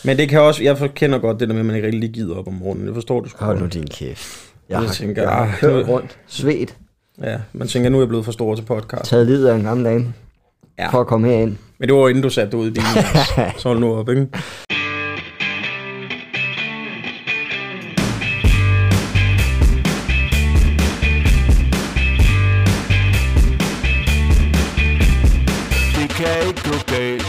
Men det kan også, jeg kender godt det der med, at man ikke rigtig gider op om morgenen. Jeg forstår det sgu. Hold nu din kæft. Jeg har kørt rundt, svedt. Ja, man tænker, nu er jeg blevet for stor til podcast. Taget livet af en gammel dame, for at komme herind. Men det var inden du satte dig ud i bilen. Så hold nu op, ikke? Det kan ikke gå galt.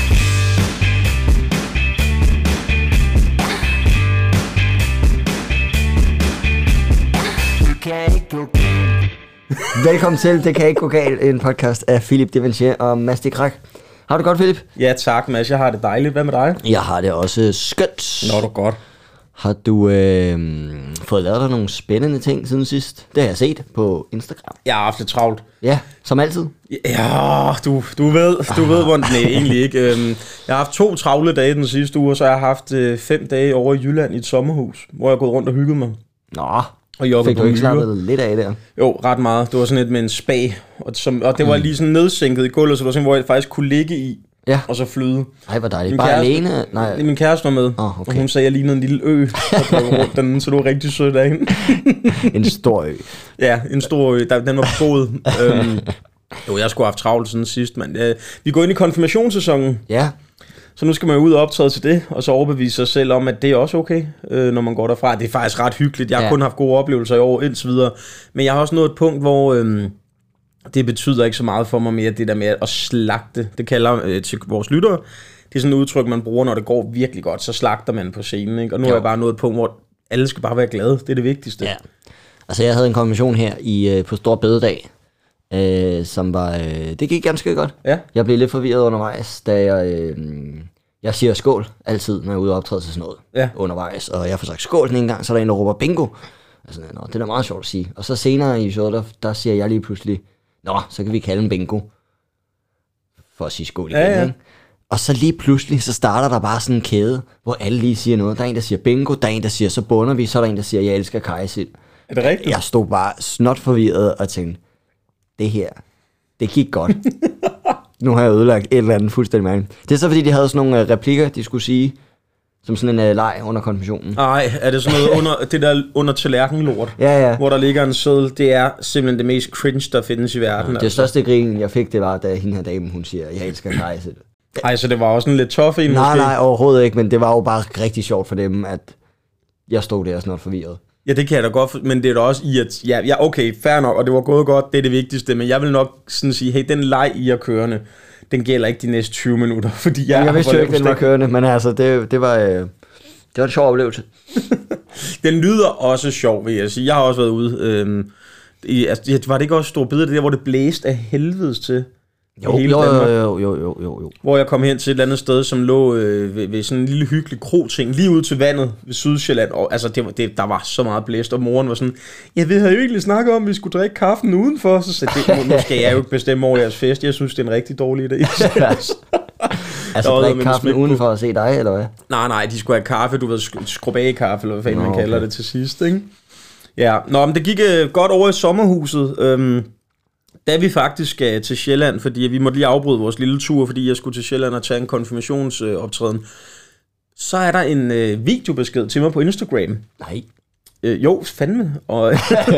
Det kan ikke gå galt. Velkommen til Det kan ikke gå galt, en podcast af Philip Devanchier og Mads de Krak. Har du godt, Philip? Ja tak, Mads. Jeg har det dejligt. Hvad med dig? Jeg har det også skønt. Nå, du godt. Har du fået lavet dig nogle spændende ting siden sidst? Det har jeg set på Instagram. Jeg har haft det travlt. Ja, som altid. Ja, du ved, hvordan det egentlig ikke. Jeg har haft 2 travle dage den sidste uge, og så har jeg haft 5 dage over i Jylland i et sommerhus, hvor jeg er gået rundt og hygget mig. Nå, og fik du ikke slappet lidt af der? Jo, ret meget. Det var sådan et med en spa, og det var lige sådan nedsænket i gulvet, så det var sådan, hvor jeg faktisk kunne ligge i. Ja. Og så flyde. Ej, hvor dejligt. Bare alene? Nej. Min kæreste var med, okay. Og hun sagde, at jeg lignede en lille ø, rundt den, så det var rigtig sødt af hende. En stor ø. Ja, en stor ø. Den var boet. Jo, jeg skulle have haft travlt siden sidst, men vi går ind i konfirmationssæsonen. Ja. Så nu skal man jo ud og optræde til det, og så overbevise sig selv om, at det er også okay, når man går derfra. Det er faktisk ret hyggeligt. Jeg har kun haft gode oplevelser i år indtil videre. Men jeg har også nået et punkt, hvor det betyder ikke så meget for mig mere, det der med at slagte. Det kalder til vores lyttere. Det er sådan et udtryk, man bruger, når det går virkelig godt. Så slagter man på scenen, ikke? Og nu er jeg bare nået et punkt, hvor alle skal bare være glade. Det er det vigtigste. Ja. Altså jeg havde en konfirmation her på Stor Bededag, som var... det gik ganske godt. Ja. Jeg blev lidt forvirret undervejs, da jeg siger skål altid, når jeg er ude og optræde til sådan noget undervejs. Og jeg får sagt skål sådan en gang, så er der en, der råber bingo. Altså, nå, det er da meget sjovt at sige. Og så senere i showet, der siger jeg lige pludselig, nå, så kan vi kalde en bingo. For at sige skål igen, ikke? Og så lige pludselig, så starter der bare sådan en kæde, hvor alle lige siger noget. Der er en, der siger bingo, der er en, der siger, så bunder vi, så er der en, der siger, jeg elsker kajsild. Er det rigtigt? Jeg stod bare snot forvirret og tænkte, det her, det gik godt. Nu har jeg ødelagt et eller andet fuldstændig mærkeligt. Det er så fordi, de havde sådan nogle replikker, de skulle sige, som sådan en leg under konfirmationen. Nej, er det sådan noget det der under tallerkenlort, ja. Hvor der ligger en seddel? Det er simpelthen det mest cringe, der findes i verden. Ja, det største grin, jeg fik, det var, da hende her dame, hun siger, jeg elsker kajsild. Ej, så det var også en lidt tough en måske? Nej, overhovedet ikke, men det var jo bare rigtig sjovt for dem, at jeg stod der sådan forvirret. Ja, det kan jeg da godt, men det er da også i, at ja, okay, fair nok, og det var gået godt, det er det vigtigste, men jeg vil nok sådan sige, hey, den leg, I er kørende, den gælder ikke de næste 20 minutter, fordi jeg vidste jo ikke, den var kørende, men altså, det var en sjov oplevelse. Den lyder også sjov, vil jeg sige. Jeg har også været ude, var det ikke også Stor Bede, det der, hvor det blæste af helvedes til? Jo. Hvor jeg kom hen til et eller andet sted, som lå ved sådan en lille hyggelig kro-ting, lige ud til vandet ved Sydsjælland. Og altså, der var så meget blæst, og moren var sådan, ja, vi havde jo egentlig snakket om, at vi skulle drikke kaffen udenfor. Så sagde jeg, nu skal jeg jo ikke bestemme over jeres fest. Jeg synes, det er en rigtig dårlig idé. Altså drikke kaffen udenfor at se dig, eller hvad? Nej, de skulle have kaffe, du ved, skrubage-kaffe, eller hvad fanden man kalder det til sidst, ikke? Ja, men det gik godt over i sommerhuset. Da vi faktisk skal til Sjælland, fordi vi måtte lige afbryde vores lille tur, fordi jeg skulle til Sjælland og tage en konfirmationsoptræden, så er der en videobesked til mig på Instagram. Nej. Jo, fandme. Og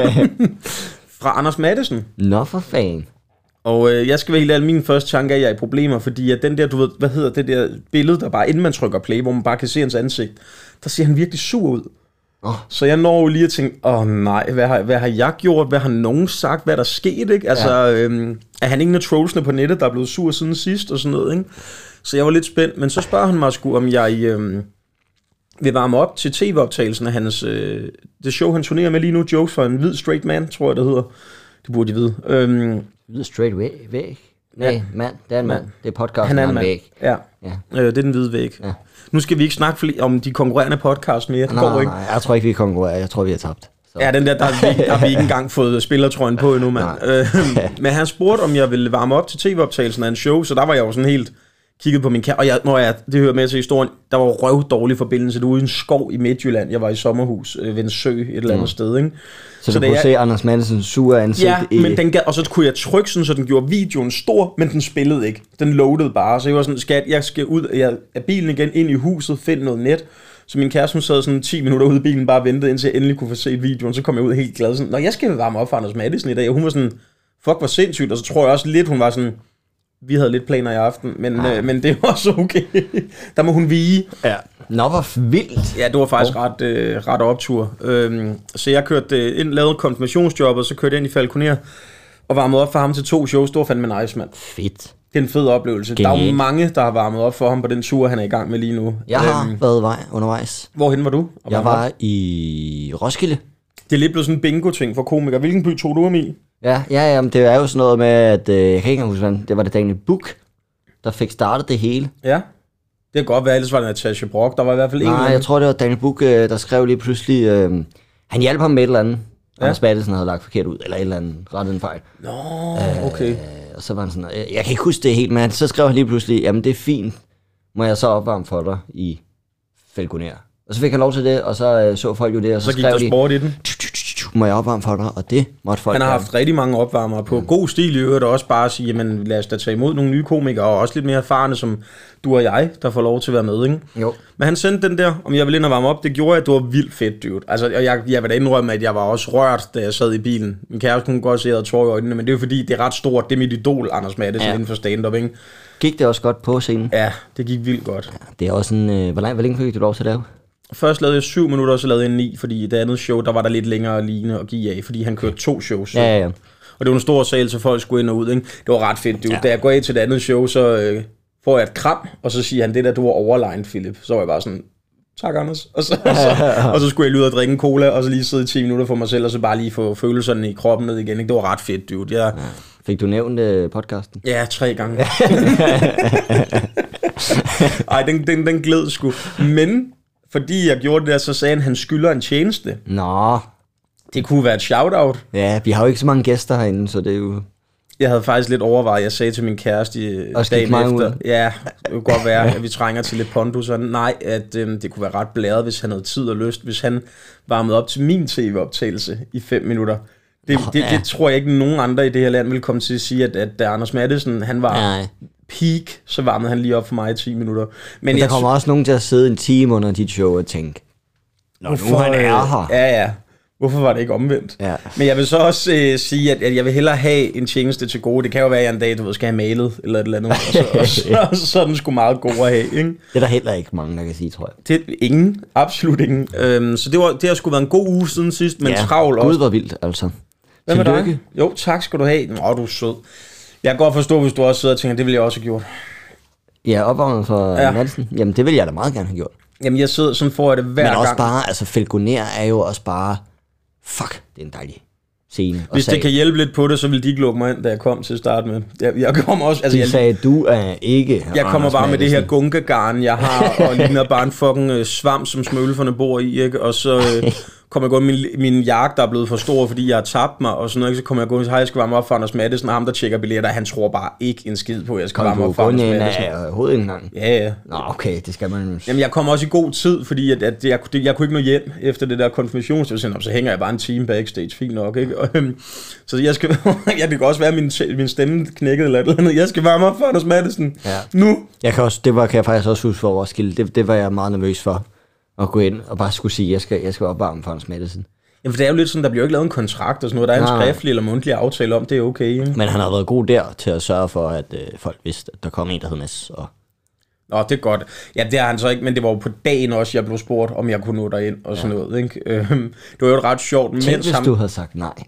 fra Anders Mattesen. Nå for fan. Og jeg skal være helt ærlig, min første tanke er, at jeg er i problemer, fordi at den der, du ved, hvad hedder det der billede, der bare, inden man trykker play, hvor man bare kan se hans ansigt, der ser han virkelig sur ud. Så jeg når jo lige at tænke, nej, hvad har jeg gjort? Hvad har nogen sagt? Hvad er der sket? Ikke? Altså, er han ingen af trollsene på nettet, der er blevet sur siden sidst og sådan noget? Ikke? Så jeg var lidt spændt, men så spørger han mig sgu, om jeg vil varme op til tv-optagelsen af hans, det show, han turnerer med lige nu, Jokes for en hvid straight man, tror jeg, det hedder. Det burde de vide. Hvid straight væg? Nej, mand. Det er en mand. Det er podcast, han er en mand. Væg. Ja. Det er den hvide væg. Ja. Nu skal vi ikke snakke om de konkurrerende podcast mere. Nej, jeg tror ikke, vi konkurrerer. Jeg tror, vi har tabt. Så. Ja, den der har vi ikke engang fået spillertrøjen på endnu, mand. Men han spurgte, om jeg ville varme op til tv-optagelsen af en show, så der var jeg jo sådan helt, kiggede på min kæreste, og det hører med til historien, der var røvdårlig forbindelse, det var ude i en skov i Midtjylland, jeg var i sommerhus ved en sø et eller andet sted, ikke? Så du kunne se Anders Mattesens sure ansigt men den og så kunne jeg trykke sådan, så den gjorde videoen stor, men den spillede ikke. Den loadede bare, så jeg var sådan, jeg skal ud af bilen igen, ind i huset, finde noget net. Så min kæreste, hun sad sådan 10 minutter ude i bilen, bare ventede, indtil jeg endelig kunne få set videoen. Så kom jeg ud helt glad, sådan, jeg skal varme op for Anders Mattesen i dag. Og hun var sådan, fuck, hvor sindssygt. Og så tror jeg også lidt, hun var sådan, vi havde lidt planer i aften, men det var også okay. Der må hun vige. Ja. Nå, hvor vildt. Ja, det var faktisk ret optur. Så jeg kørte ind, lavede konfirmationsjob, og så kørte jeg ind i Falconer og varmede op for ham til 2 shows. Det var fandme nice, mand. Fedt. Det er en fed oplevelse. Genial. Der er jo mange, der har varmet op for ham på den tur, han er i gang med lige nu. Jeg har været undervejs. Hvorhen var du? Jeg var i Roskilde. Det er lidt blevet sådan en bingo-ting for komikere. Hvilken by tog du om i? Ja, men det er jo sådan noget med, at jeg kan ikke huske, hvad det var det Daniel Buch, der fik startet det hele. Ja, det kan godt være, ellers var det Natasha Brock. Der var i hvert fald en. Nej, jeg tror, det var Daniel Buch, der skrev lige pludselig, han hjalp ham med et eller andet. Anders Mattesen havde lagt forkert ud, eller et eller andet, rettet en fejl. Nå, okay. Og så var han sådan, jeg kan ikke huske det helt, men så skrev han lige pludselig, jamen det er fint, må jeg så opvarme for dig i Falconer. Og så fik han lov til det, og så folk jo det, og så skrev de, sport i den. Må jeg opvarme for dig, og det måtte folk. Han har haft rigtig mange opvarmere på god stil i øvrigt, og også bare sige, jamen lad os da tage imod nogle nye komikere, og også lidt mere erfarne, som du og jeg, der får lov til at være med, ikke? Jo. Men han sendte den der, om jeg ville ind og varme op, det gjorde jeg, det var vildt fedt, dude. Altså, jeg vil da indrømme, at jeg var også rørt, da jeg sad i bilen. Min kæreste kunne godt se, at jeg havde tår i øjnene, men det er jo fordi, det er ret stort, det er mit idol, Anders Mattesen, inden for stand-up, ikke? Gik det også godt på scenen? Ja, det gik vildt godt. Ja, det er også en, hvor længe fik du lov til at lave? Først lavede jeg 7 minutter, og så lavede jeg 9, fordi det andet show, der var der lidt længere ligne at give af, fordi han kørte 2 shows. Ja. Og det var en stor sal, så folk skulle ind og ud, ikke? Det var ret fedt, Da jeg går af til det andet show, så får jeg et kram, og så siger han, det der, du var overline, Philip. Så var jeg bare sådan, tak Anders. Og så skulle jeg lige ud og drikke en cola, og så lige sidde i 10 minutter for mig selv, og så bare lige få følelserne i kroppen ned igen, ikke? Det var ret fedt, dude. Ja. Fik du nævnt podcasten? Ja, 3 gange. Ej, den gled sgu. Men fordi jeg gjorde det der, så sagde han skylder en tjeneste. Nå. Det kunne være et shout-out. Ja, vi har jo ikke så mange gæster herinde, så det er jo... Jeg havde faktisk lidt overvejet, jeg sagde til min kæreste dagen efter, ud. Ja, det kunne godt være, at vi trænger til lidt pondus, og nej, at det kunne være ret blæret, hvis han havde tid og lyst, hvis han varmede op til min tv-optagelse i 5 minutter. Det tror jeg ikke, nogen andre i det her land vil komme til at sige, at da Anders Mattesen, han var peak, så varmede han lige op for mig i 10 minutter. Men der kommer også nogen til at sidde en time under dit show og tænke, hvorfor nu han er her? Ja. Hvorfor var det ikke omvendt? Ja. Men jeg vil så også sige, at jeg vil hellere have en tjeneste til gode. Det kan jo være, at jeg en dag, skal have malet eller et eller andet. Og så er den sgu meget god at have, ikke? Det er der heller ikke mange, der kan sige, tror jeg. Det er ingen. Absolut ingen. Så det har sgu været en god uge siden sidst, men travl også. Gud, hvor vildt, altså. Hvad med dig? Jo, tak skal du have. Nå, du er sød. Jeg kan godt forstå, hvis du også sidder og tænker, det ville jeg også have gjort. Ja, opvarmet for Madsen. Jamen, det ville jeg da meget gerne have gjort. Jamen, jeg sidder sådan for det hver gang. Men også bare, altså Falconer er jo også bare... Fuck, det er en dejlig scene. Hvis det kan hjælpe lidt på det, så vil de ikke lukke mig ind, da jeg kom til at starte med. Jeg kommer også... Altså, de sagde, du er ikke... Jeg kommer bare med det her gunkegarn, jeg har, og ligner bare en fucking svamp, som smølferne bor i, ikke? Og så kommer jeg gå med min jakke, der er blevet for stor, fordi jeg har tabt mig, og sådan noget. Så kommer jeg gå og jeg skal varme op for Anders Mattesen, og ham, der tjekker billetter, han tror bare ikke en skid på, at jeg skal varme op for Anders Mattesen. Overhovedet ikke engang? Ja. Nå, okay, det skal man... Jamen, jeg kom også i god tid, fordi at jeg kunne ikke nå hjem efter det der konfirmationscenter, så hænger jeg bare en time backstage, fint nok, ikke? Og, så jeg skal... det kan også være, min stemme knækket eller et eller andet. Jeg skal varme op for Anders Mattesen. Ja. Nu! Kan jeg faktisk også huske for Roskilde. Det var jeg meget nervøs for. At gå ind og bare skulle sige, jeg skal opvarme for Anders Mattesen. Jamen, for det er jo lidt sådan, der bliver jo ikke lavet en kontrakt og sådan noget. Der er en skriftlig eller mundtlig aftale om, det er okay. Ikke? Men han har været god der til at sørge for, at folk vidste, at der kom en, der hed Mads. Nå, det er godt. Ja, det har han så ikke, men det var jo på dagen også, jeg blev spurgt, om jeg kunne nå derind og sådan noget. Ikke? Det var jo ret sjovt. Tænk, hvis du havde sagt nej.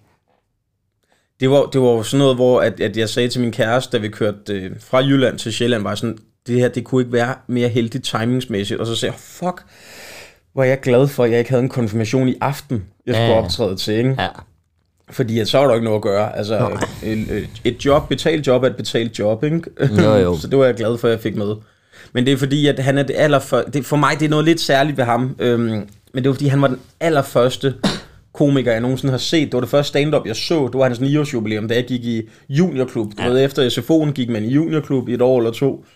Det var jo sådan noget, hvor at jeg sagde til min kæreste, da vi kørte fra Jylland til Sjælland, var sådan, det her, det kunne ikke være mere heldigt timingsmæssigt. Og så sagde jeg, fuck, hvor er jeg glad for, at jeg ikke havde en konfirmation i aften, jeg skulle optræde til, ikke? Ja. Fordi så var der ikke noget at gøre. Altså, et job, betalt job er et betalt job, ikke? Jo. Så det var jeg glad for, at jeg fik med. Men det er fordi, at han er det allerførste... For mig, det er noget lidt særligt ved ham. Men det var fordi, han var den allerførste komiker, jeg nogensinde har set. Det var det første stand-up, jeg så. Det var hans 9-års jubilæum, da jeg gik i juniorklub. Du ved, efter SFO'en gik man i juniorklub i et år eller 2.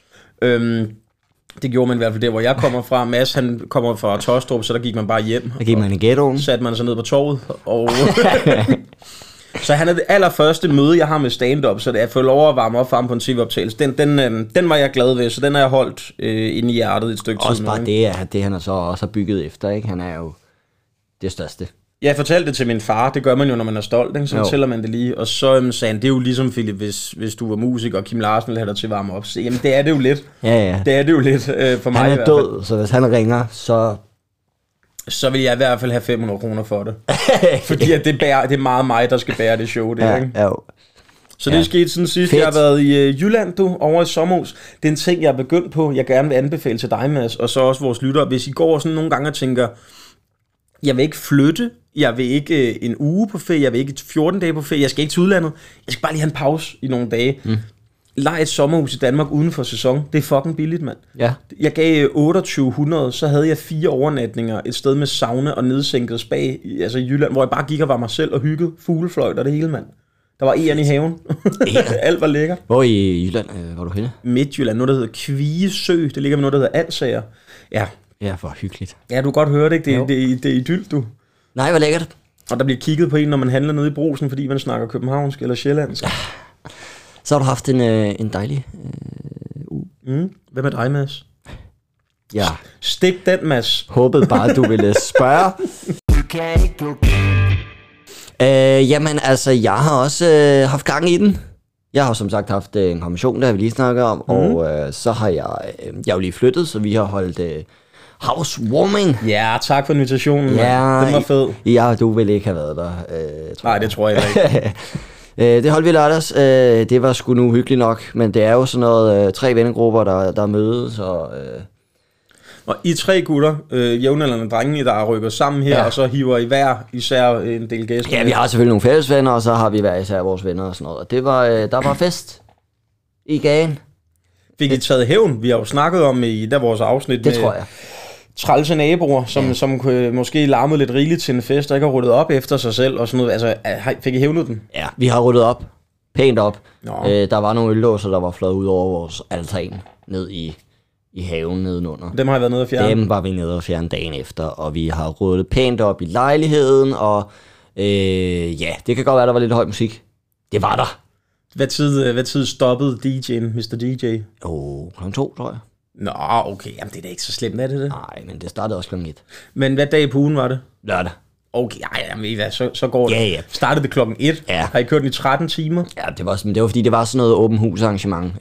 Det gjorde man i hvert fald der, hvor jeg kommer fra. Mads, han kommer fra Tåstrup, så der gik man bare hjem. Der gik man i ghettoen. Satte man sig ned på torvet. Og så han er det allerførste møde, jeg har med stand-up, så det er at få lov at varme op for ham på en tv-optagelse. Den var jeg glad ved, så den har jeg holdt inde i hjertet et stykke tid. Også bare det, han så også har bygget efter, ikke? Han er jo det største. Jeg fortalte det til min far, det gør man jo, når man er stolt, ikke? Så fortæller man det lige. Og så sagde han, det er jo ligesom, Philip, hvis du var musiker, og Kim Larsen ville have dig til at varme op. Så, jamen, det er det jo lidt. Ja. Det er det jo lidt for mig. Han er død, så hvis han ringer, så vil jeg i hvert fald have 500 kroner for det. Fordi at det er meget mig, der skal bære det show, det, ikke? Ja. Så det er sket siden sidst. Fedt. Jeg har været i Jylland, over i sommerhus. Det er en ting, jeg er begyndt på, jeg gerne vil anbefale til dig, Mads, og så også vores lyttere. Hvis I går sådan nogle gange og tænker, jeg vil ikke flytte, jeg vil ikke en uge på ferie, jeg vil ikke 14 dage på ferie, jeg skal ikke til udlandet, jeg skal bare lige have en pause i nogle dage. Lej et sommerhus i Danmark uden for sæson, det er fucking billigt, mand. Ja. Jeg gav 2800, så havde jeg 4 overnatninger, et sted med sauna og nedsænket spa, altså i Jylland, hvor jeg bare gik og var mig selv og hyggede, fuglefløjt og det hele, mand. Der var egern i haven. Alt var lækkert. Hvor i Jylland var du henne? Midtjylland, noget der hedder Kviesø, det ligger med noget der hedder Ansager. Ja. Ja, for hyggeligt. Ja, du kan godt høre det, ikke? Det er idyll, du. Nej, hvor lækkert. Og der bliver kigget på en, når man handler nede i Brugsen, fordi man snakker københavnsk eller sjællandsk. Så har du haft en dejlig uge. Hvad med dig, Mads? Ja. Stik den, Mads. Håbede bare, du ville spørge. Jamen, altså, jeg har også haft gang i den. Jeg har som sagt haft en kommission, der vi lige snakker om, og så har jeg jo lige flyttet, så vi har holdt housewarming. Ja, tak for invitationen. Ja, den var fed. Ja, du ville ikke have været der. Nej, det tror jeg ikke. Det holdt vi lørdags. Det var sgu nu hyggeligt nok, men det er jo sådan noget 3 vennegrupper, der mødes, og I 3 gutter, jævnaldrende drenge, der rykker sammen her, og så hiver I hver især en del gæster. Ja, vi har selvfølgelig nogle fælles venner, og så har vi hver især vores venner og sådan noget. Og det var, der var fest i gagen. Fik I taget hævn? Vi har jo snakket om i vores afsnit det tror jeg. Trælse naboer, som måske larmede lidt rigeligt til en fest, og ikke har ryddet op efter sig selv og sådan noget. Altså, fik I hævnet den? Ja, vi har ryddet op. Pænt op. Der var nogle øldåser, der var flået ud over vores altan ned i haven nedenunder. Dem har I været nede og fjerne? Dem var vi nede og fjerne dagen efter, og vi har ryddet pænt op i lejligheden, og det kan godt være, der var lidt høj musik. Det var der. Hvad tid stoppede DJ'en, Mr. DJ? Klokken 2, tror jeg. Nå, okay. Jamen, det er da ikke så slemt, er det? Nej, men det startede også klokken 1. Men hvad dag på ugen var det? Lørdag. Okay, så går det. Ja. Startede det klokken 1? Ja. Har I kørt den i 13 timer? Ja, det var fordi, det var sådan noget åben hus arrangement.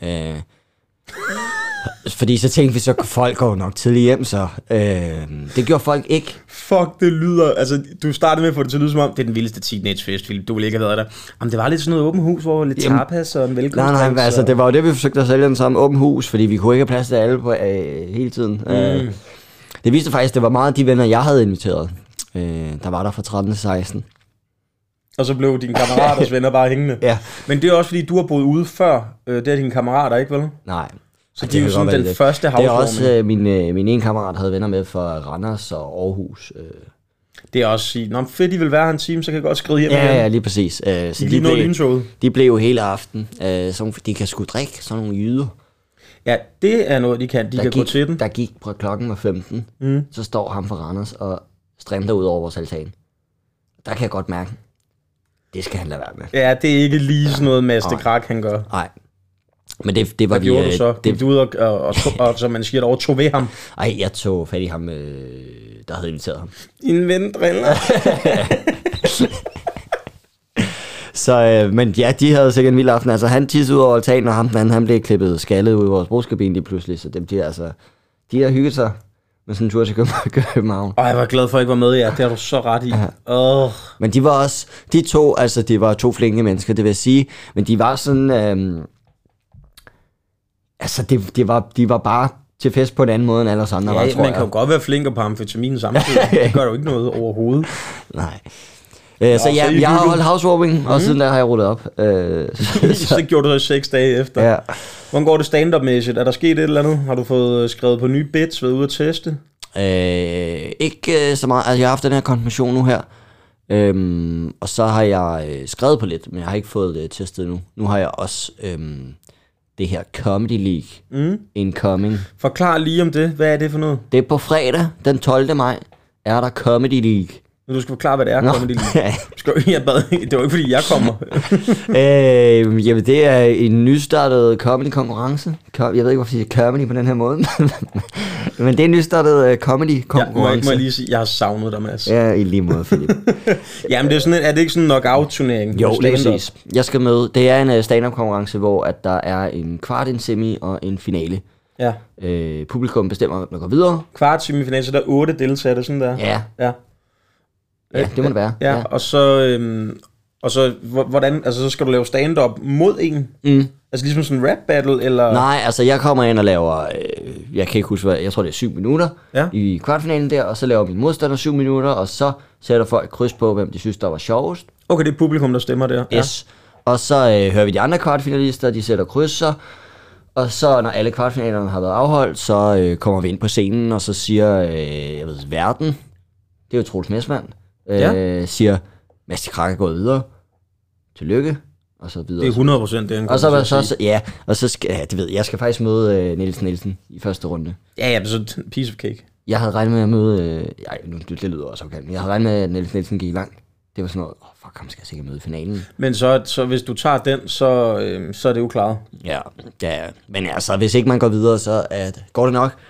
Fordi så tænkte vi, så folk går nok tidligt hjem, så det gjorde folk ikke. Fuck, det lyder, altså du startede med at få det til at lyde som om, det er den vildeste teenagefest, Philip, du ville ikke have været der. Jamen det var lidt sådan noget åben hus, hvor lidt tapas og en velkomst. Nej, altså det var jo det, vi forsøgte at sælge den som åben hus, fordi vi kunne ikke have plads til alle på hele tiden. Det viste faktisk, det var meget de venner, jeg havde inviteret. Der var der fra 13 til 16. Og så blev dine kammeraters venner bare hængende. Ja. Men det er også fordi, du har boet ude før, det er dine kammerater, ikke vel? Nej. Så det er jo sådan den første housewarming. Det er også, min ene kammerat havde venner med fra Randers og Aarhus. Det er også sige, nå fedt, I vil være her en time, så kan jeg godt skride hjem. Ja, lige præcis. Så de blev jo hele aften. De kan sgu drikke, sådan nogle jyder. Ja, det er noget, de kan. De kan gå til den. Der gik på klokken var 15, så står ham fra Randers og strimter ud over vores altan. Der kan jeg godt mærke, det skal han lade være med. Ja, det er ikke lige sådan noget Master Krak, han gør. Nej. Men det var vi... Hvad gjorde du så? Gik du ud og som man siger, tog ved ham? Ej, jeg tog fat i ham, der havde inviteret ham. Din ven driller. Så, men ja, de havde sikkert en vild aften. Altså, han tissede ud over altanen, og han blev klippet skaldet ud i vores brugskabine lige pludselig. Så de har hygget sig med sådan en tur til København. Jeg var glad for, at jeg ikke var med, ja. Det har du så ret i. Men de var også, de var 2 flinke mennesker, det vil jeg sige. Men de var sådan... de var bare til fest på en anden måde end alle os andre. Ja, man kan jo godt være flinker på amfetamin samtidig. Det gør jo ikke noget overhovedet. Nej. Så jeg har holdt housewarming, og siden der har jeg rullet op. Så gjorde du så 6 dage efter. Ja. Hvordan går det stand-up-mæssigt? Er der sket et eller andet? Har du fået skrevet på nye bits, været ude at teste? Ikke så meget. Altså, jeg har haft den her konfirmation nu her. Og så har jeg skrevet på lidt, men jeg har ikke fået det testet nu. Nu har jeg også det her Comedy League incoming. Forklar lige om det. Hvad er det for noget? Det er på fredag, den 12. maj, er der Comedy League. Du skal forklare, hvad det er, Comedy League. Det var ikke, fordi jeg kommer. Jamen, det er en nystartet comedy-konkurrence. Jeg ved ikke, hvorfor jeg siger comedy på den her måde. Men det er en nystartet comedy-konkurrence. Må jeg lige sige, jeg har savnet dig, Mads. Ja, i lige måde, Philip. Jamen, det er, sådan er det ikke sådan en knockout-turnering? Jo, lige præcis. Jeg skal med. Det er en stand-up-konkurrence, hvor at der er en kvart, en semi og en finale. Ja. Publikum bestemmer, hvem der går videre. Kvart, semifinale, så der er 8 deltagere, sådan der? Ja. Ja, det må det være. Ja. Og så hvordan, altså så skal du lave stand-up mod en? Altså ligesom sådan en rap battle, eller? Nej, altså jeg kommer ind og laver, jeg kan ikke huske hvad, jeg tror det er 7 minutter i kvartfinalen der, og så laver min modstander 7 minutter, og så sætter folk kryds på, hvem de synes, der var sjovest. Okay, det er publikum, der stemmer der. Yes. Ja. Og så hører vi de andre kvartfinalister, de sætter krydser, og så når alle kvartfinalerne har været afholdt, så kommer vi ind på scenen, og så siger, jeg ved, Verden, det er jo Troels Messmann, siger, Mads de Krak er gået videre. Tillykke. Og så videre. Det er 100% det, han kommer til at sige. Ja, og så skal, det ved jeg skal faktisk møde Nielsen i første runde. Ja, så piece of cake. Jeg havde regnet med at møde, det lyder også okay, men jeg havde regnet med, at Nielsen gik langt. Det var sådan noget, fuck, ham skal jeg sikkert møde i finalen. Men så hvis du tager den, så er det jo klaret. Ja, men altså, hvis ikke man går videre, så går det nok.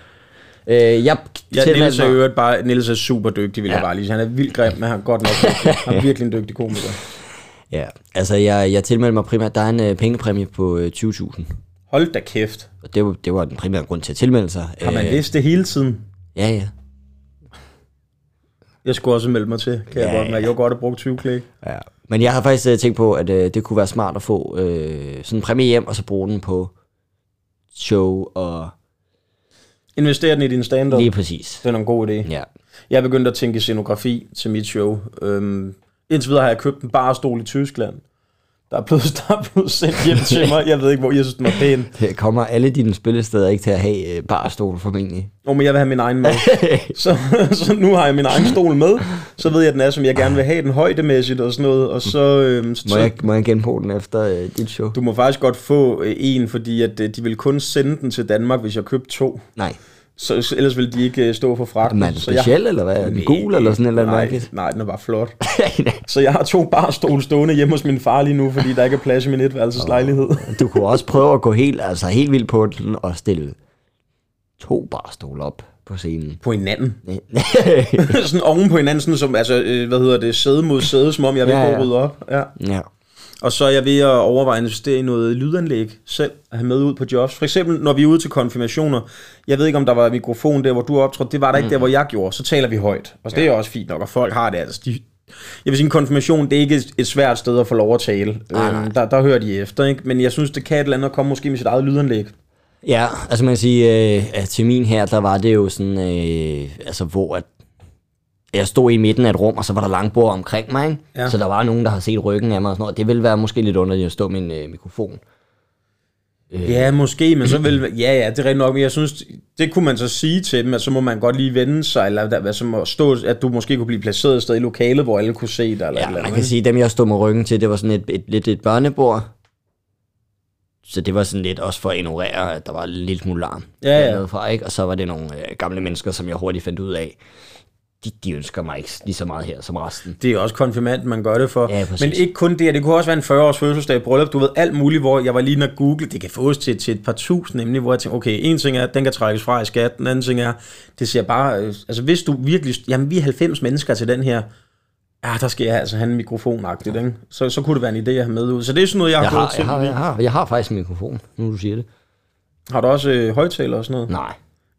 Niels er super dygtig, vil jeg bare lige sige. Han er vildt grim, men han er godt nok dygtig. Han er virkelig en dygtig komiker. Ja, altså jeg tilmeldte mig primært, der er en pengepræmie på 20.000. Hold da kæft. Og det var den primære grund til at tilmelde sig. Har man vidst det hele tiden? Ja. Jeg skulle også melde mig til, kan jeg godt mærke. Jeg har godt brugt 20 klik. Ja. Men jeg har faktisk tænkt på, at det kunne være smart at få sådan en præmie hjem, og så bruge den på show og... Investere den i din stand-up. Lige præcis. Det er en god idé. Ja. Jeg er begyndt at tænke scenografi til mit show. Indtil videre har jeg købt en barstol i Tyskland. Der er blevet sendt hjem til mig. Jeg ved ikke, hvor jeg synes, den var pæn. Det kommer alle dine spillesteder ikke til at have barstol formentlig. Men jeg vil have min egen med. så nu har jeg min egen stol med. Så ved jeg, at den er, som jeg gerne vil have den højdemæssigt og sådan noget. Og så, må jeg genbruge den efter dit show? Du må faktisk godt få en, fordi at de vil kun sende den til Danmark, hvis jeg købte 2. Nej. Så ellers vil de ikke stå for fragten. Er den speciel, eller hvad? Er den gul, eller sådan noget mærkeligt? Nej, den er bare flot. Så jeg har 2 barstole stående hjemme hos min far lige nu, fordi der ikke er plads i min etværelseslejlighed. Du kunne også prøve at gå helt vildt på den og stille 2 barstole op på scenen. På hinanden? Sådan oven på hinanden, sådan som, sæde mod sæde, som om jeg vil gå rydde op. Ja. Og så er jeg ved at overveje at investere i noget lydanlæg selv, at have med ud på jobs. For eksempel, når vi er ude til konfirmationer, jeg ved ikke, om der var mikrofon der, hvor du optrådte, det var der ikke der, hvor jeg gjorde, så taler vi højt. Og det er også fint nok, og folk har det. Altså, jeg vil sige, en konfirmation, det er ikke et svært sted at få lov at tale. Der hører de efter, ikke? Men jeg synes, det kan et eller andet at komme måske med sit eget lydanlæg. Ja, altså man kan sige, at til min her, der var det jo sådan, hvor at jeg stod i midten af et rum, og så var der langbord omkring mig, ikke? Ja. Så der var nogen, der har set ryggen af mig og sådan noget. Det ville være måske lidt underligt at stå med en mikrofon. Ja, måske, men så vil... Ja, det er rigtig nok, men jeg synes, det kunne man så sige til dem, at så må man godt lige vende sig, eller som at stå, at du måske kunne blive placeret et sted i lokalet, hvor alle kunne se dig. Eller man kan sige, at dem jeg stod med ryggen til, det var sådan et børnebord. Så det var sådan lidt også for at ignorere, at der var en lille smule larm. Ja. Fra, ikke? Og så var det nogle gamle mennesker, som jeg hurtigt fandt ud af, de ønsker mig ikke lige så meget her som resten. Det er også konfirmant, man gør det for. Ja, men ikke kun det kunne også være en 40-års fødselsdag, bryllup, du ved, alt muligt, hvor jeg var lige inde og google, det kan fås til et par tusind, nemlig, hvor jeg tænkte, okay, en ting er, at den kan trækkes fra i skat, den anden ting er, det siger bare, altså hvis du virkelig, jamen vi er 90 mennesker til den her, der skal jeg altså have en mikrofon-agtigt, ikke? Så kunne det være en idé at have med ud. Så det er sådan noget, jeg har gået til. Jeg har faktisk en mikrofon, nu du siger det. Har du også højtaler og sådan noget? Nej.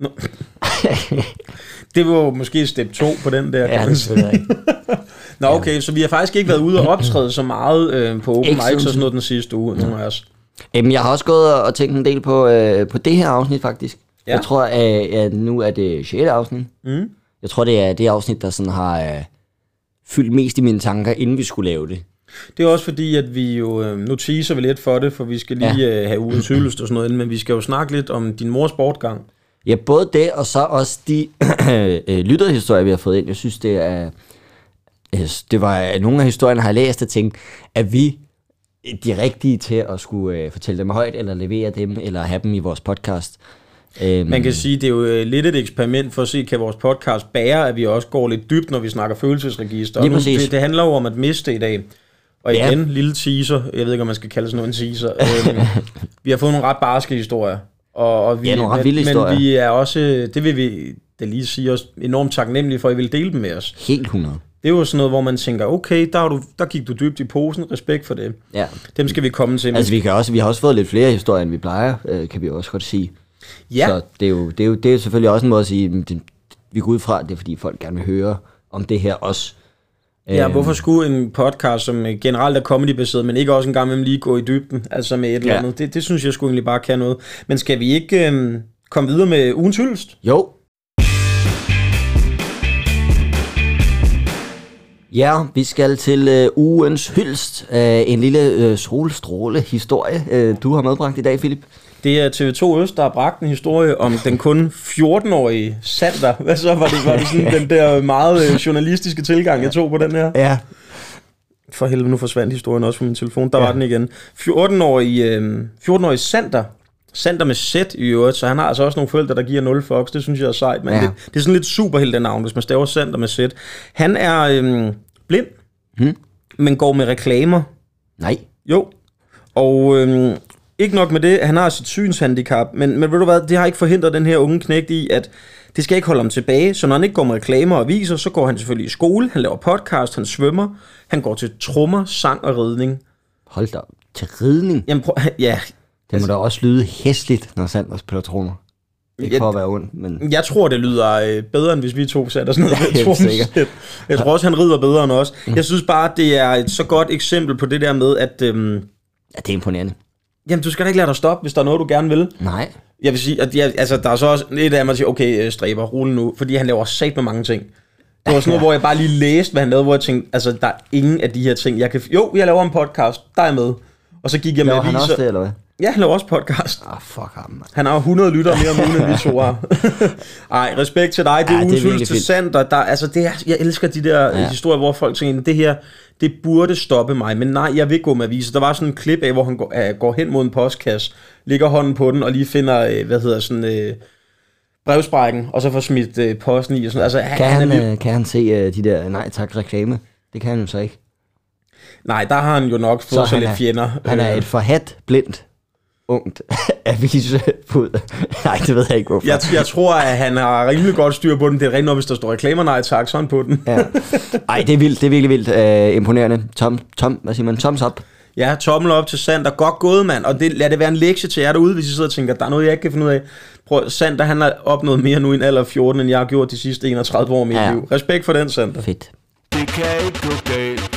Det var måske step 2 på den der. Ja, det selvfølgelig ikke. Nå, okay, så vi har faktisk ikke været ude og optræde så meget på open mics og sådan noget den sidste uge, nogle af os. Jeg har også gået og tænkt en del på det her afsnit, faktisk. Ja. Jeg tror, at nu er det 6. afsnit. Jeg tror, det er det afsnit, der sådan har fyldt mest i mine tanker, inden vi skulle lave det. Det er også fordi, at vi jo, nu teaser vi lidt for det, for vi skal lige have ugens hyldest og sådan noget, men vi skal jo snakke lidt om din mors bortgang. Ja, både det, og så også de lytterhistorier, vi har fået ind. Jeg synes, det var nogle af historierne, har jeg læst og tænkt, at vi de rigtige til at skulle fortælle dem højt, eller levere dem, eller have dem i vores podcast. Man kan sige, det er jo lidt et eksperiment for at se, kan vores podcast bære, at vi også går lidt dybt, når vi snakker følelsesregister. Og nu, det handler jo om at miste i dag. Og igen, lille teaser, jeg ved ikke, om man skal kalde sådan noget en teaser. Vi har fået nogle ret barske historier. Og vi, nogle ret vilde historier. Men vi er også, det vil vi da lige sige, os enormt taknemmelige for, at I vil dele dem med os. Helt 100. Det er jo sådan noget, hvor man tænker, okay, der gik du dybt i posen, respekt for det. Ja. Dem skal vi komme til. Altså vi har også fået lidt flere historier, end vi plejer, kan vi også godt sige. Ja. Så det er selvfølgelig også en måde at sige, vi går ud fra, det er fordi folk gerne vil høre om det her også. Ja, hvorfor skulle en podcast, som generelt er comedybaseret, men ikke også en gang med lige gå i dybden, altså med et eller andet? Det synes jeg sgu egentlig bare kan noget. Men skal vi ikke komme videre med ugens hyldest? Jo. Ja, vi skal til ugens hyldest. En lille solstråle historie, du har medbragt i dag, Philip. Det er TV2 Øst, der har bragt en historie om den kun 14-årige Sander. Hvad så? Var det sådan den der meget journalistiske tilgang, jeg tog på den her? Ja. For helvede, nu forsvandt historien også på min telefon. Der var den igen. 14-årig Sander. Sander med Z i øvrigt, så han har altså også nogle forældre, der giver 0 fucks. Det synes jeg er sejt. Men det er sådan lidt superhelte navn, hvis man staver Sander med Z. Han er blind, men går med reklamer. Nej. Jo. Og ikke nok med det, han har sit synshandicap, men ved du hvad, det har ikke forhindret den her unge knægt i, at det skal ikke holde ham tilbage, så når han ikke går med reklamer og aviser, så går han selvfølgelig i skole, han laver podcast, han svømmer, han går til trommer, sang og ridning. Hold da, til ridning? Jamen ja. Det må da også lyde hæsligt, når Sanders spiller trommer. Ikke for at være ond, men... Jeg tror, det lyder bedre, end hvis vi to satte sådan noget. Jeg tror også, han rider bedre end os. Jeg synes bare, det er et så godt eksempel på det der med, at... Ja, det er imponerende. Jamen, du skal da ikke lade dig stoppe, hvis der er noget, du gerne vil. Nej. Jeg vil sige, at der er så også lidt af mig, at sige, okay, stræber, rulle nu, fordi han laver sat med mange ting. Det var sådan noget, hvor jeg bare lige læste, hvad han lavede, hvor jeg tænkte, altså, der er ingen af de her ting, jeg kan... Jo, jeg laver en podcast, der er med. Og så gik jeg med aviser. Han også det, eller hvad? Ja, han laver også podcast. Fuck ham, man. Han har 100 lyttere mere om ugen, end vi to har. Ej, respekt til dig. Det er ugens hyldest til Sander. Jeg elsker de der historier, hvor folk tænker, det her, det burde stoppe mig. Men nej, jeg vil gå med aviser. Der var sådan en klip af, hvor han går hen mod en postkasse, lægger hånden på den, og lige finder, brevsprækken, og så får smidt posten i. Og sådan. Altså, kan han se de der nej tak reklame? Det kan han jo så ikke. Nej, der har han jo nok fået så lidt fjender. Han er et forhat blindt ungt avisebud. Nej, det ved jeg ikke, hvorfor. Jeg tror, at han har rimelig godt styr på den. Det er rent nok, hvis der står reklamer, nej tak, sådan på den. Ja. Ej, det er vildt. Det er virkelig vildt. Imponerende. Hvad siger man? Thumbs up. Ja, tommel op til Sander. Godt gået, mand. Og lad det være en lektie til jer derude, hvis I sidder og tænker, der er noget, jeg ikke kan finde ud af. Prøv, Sander, han har opnået mere nu i en alder af 14, end jeg har gjort de sidste 31 år af mit liv. Respekt for den, Sander. Fedt. Det kan ikke gå galt.